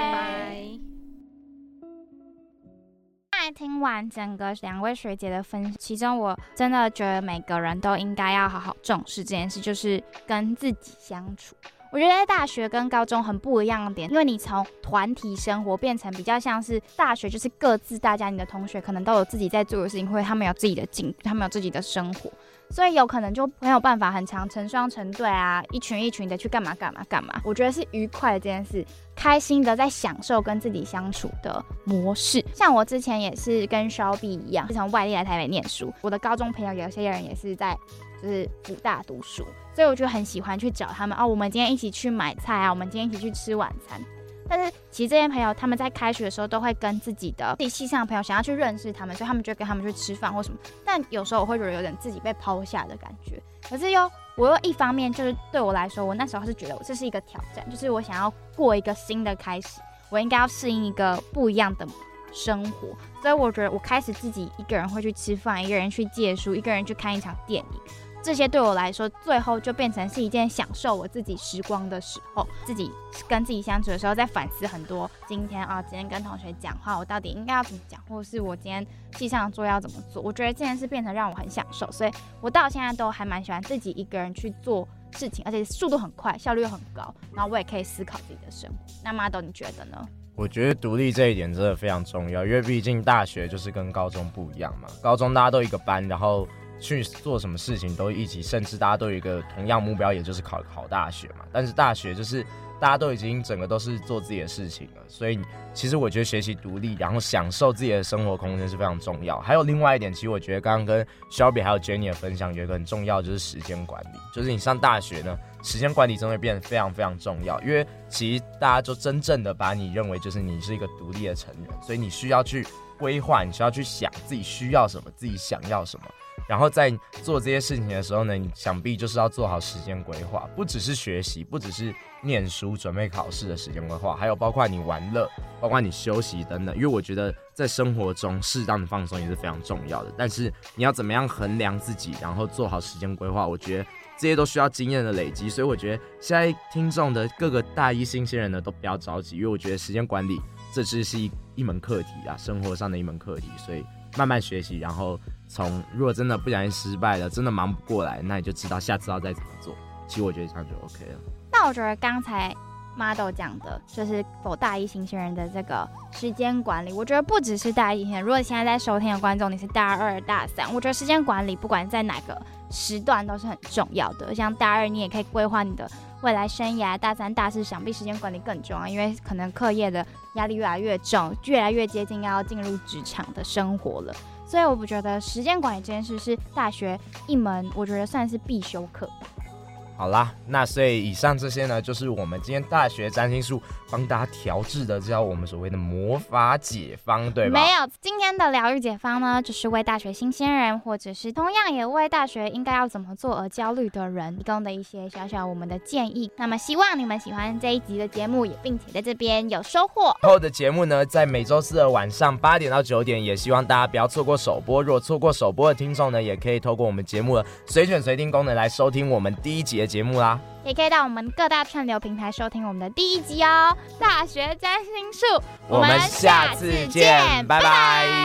在听完整个两位学姐的分享，其中我真的觉得每个人都应该要好好重视这件事，就是跟自己相处。我觉得在大学跟高中很不一样的点，因为你从团体生活变成比较像是大学，就是各自大家你的同学可能都有自己在做的事情，或者他们有自己的进步，他们有自己的生活，所以有可能就没有办法很常成双成对啊，一群一群的去干嘛干嘛干嘛。我觉得是愉快的这件事，开心的在享受跟自己相处的模式。像我之前也是跟 Shelby 一样，是从外地来台北念书，我的高中朋友有些人也是在就是辅大读书，所以我就很喜欢去找他们哦。我们今天一起去买菜啊，我们今天一起去吃晚餐。但是其实这些朋友他们在开学的时候都会跟自己的自己系上的朋友想要去认识他们，所以他们就跟他们去吃饭或什么。但有时候我会觉得有点自己被抛下的感觉。可是又我又一方面就是对我来说，我那时候是觉得这是一个挑战，就是我想要过一个新的开始，我应该要适应一个不一样的生活。所以我觉得我开始自己一个人会去吃饭，一个人去借书，一个人去看一场电影。这些对我来说，最后就变成是一件享受我自己时光的时候，自己跟自己相处的时候，在反思很多。今天啊，今天跟同学讲话，我到底应该要怎么讲，或者是我今天系上的作业要怎么做？我觉得这件事变成让我很享受，所以我到现在都还蛮喜欢自己一个人去做事情，而且速度很快，效率又很高，然后我也可以思考自己的生活。那Mado你觉得呢？ 我觉得独立这一点真的非常重要，因为毕竟大学就是跟高中不一样嘛，高中大家都一个班，然后去做什么事情都一起，甚至大家都有一个同样目标，也就是考考大学嘛。但是大学就是大家都已经整个都是做自己的事情了，所以其实我觉得学习独立，然后享受自己的生活空间是非常重要。还有另外一点，其实我觉得刚刚跟 Shelby 还有 Jenny 的分享有一个很重要，就是时间管理。就是你上大学呢，时间管理真的会变得非常非常重要，因为其实大家就真正的把你认为就是你是一个独立的成人，所以你需要去规划，你需要去想自己需要什么，自己想要什么。然后在做这些事情的时候呢，你想必就是要做好时间规划，不只是学习，不只是念书准备考试的时间规划，还有包括你玩乐，包括你休息等等。因为我觉得在生活中适当的放松也是非常重要的，但是你要怎么样衡量自己，然后做好时间规划，我觉得这些都需要经验的累积。所以我觉得现在听众的各个大一新鲜人呢，都不要着急，因为我觉得时间管理这只是一一门课题啊，生活上的一门课题，所以慢慢学习，然后从如果真的不小心失败了，真的忙不过来，那你就知道下次要再怎么做。其实我觉得这样就 OK 了。 那我觉得刚才Mado讲的就是否大一新鲜人的这个时间管理，我觉得不只是大一新鲜人，如果现在在收听的观众你是大二大三，我觉得时间管理不管在哪个时段都是很重要的。像大二你也可以规划你的未来生涯，大三大四想必时间管理更重要，因为可能课业的压力越来越重，越来越接近要进入职场的生活了。所以我不觉得时间管理这件事是大学一门我觉得算是必修课。 好啦，那所以以上这些呢，就是我们今天大学占星术帮大家调制的，叫我们所谓的魔法解方，对吧？ 没有，今天的疗愈解方呢，就是为大学新鲜人，或者是同样也为大学应该要怎么做而焦虑的人提供的一些小小我们的建议。那么希望你们喜欢这一集的节目，也并且在这边有收获。 后的节目呢，在每周四的晚上八点到九点，也希望大家不要错过首播。如果错过首播的听众呢，也可以透过我们节目的随选随听功能来收听我们第一集的节目啦。 也可以到我们各大串流平台收听我们的第一集哦。大学占星术， 我们下次见，拜拜。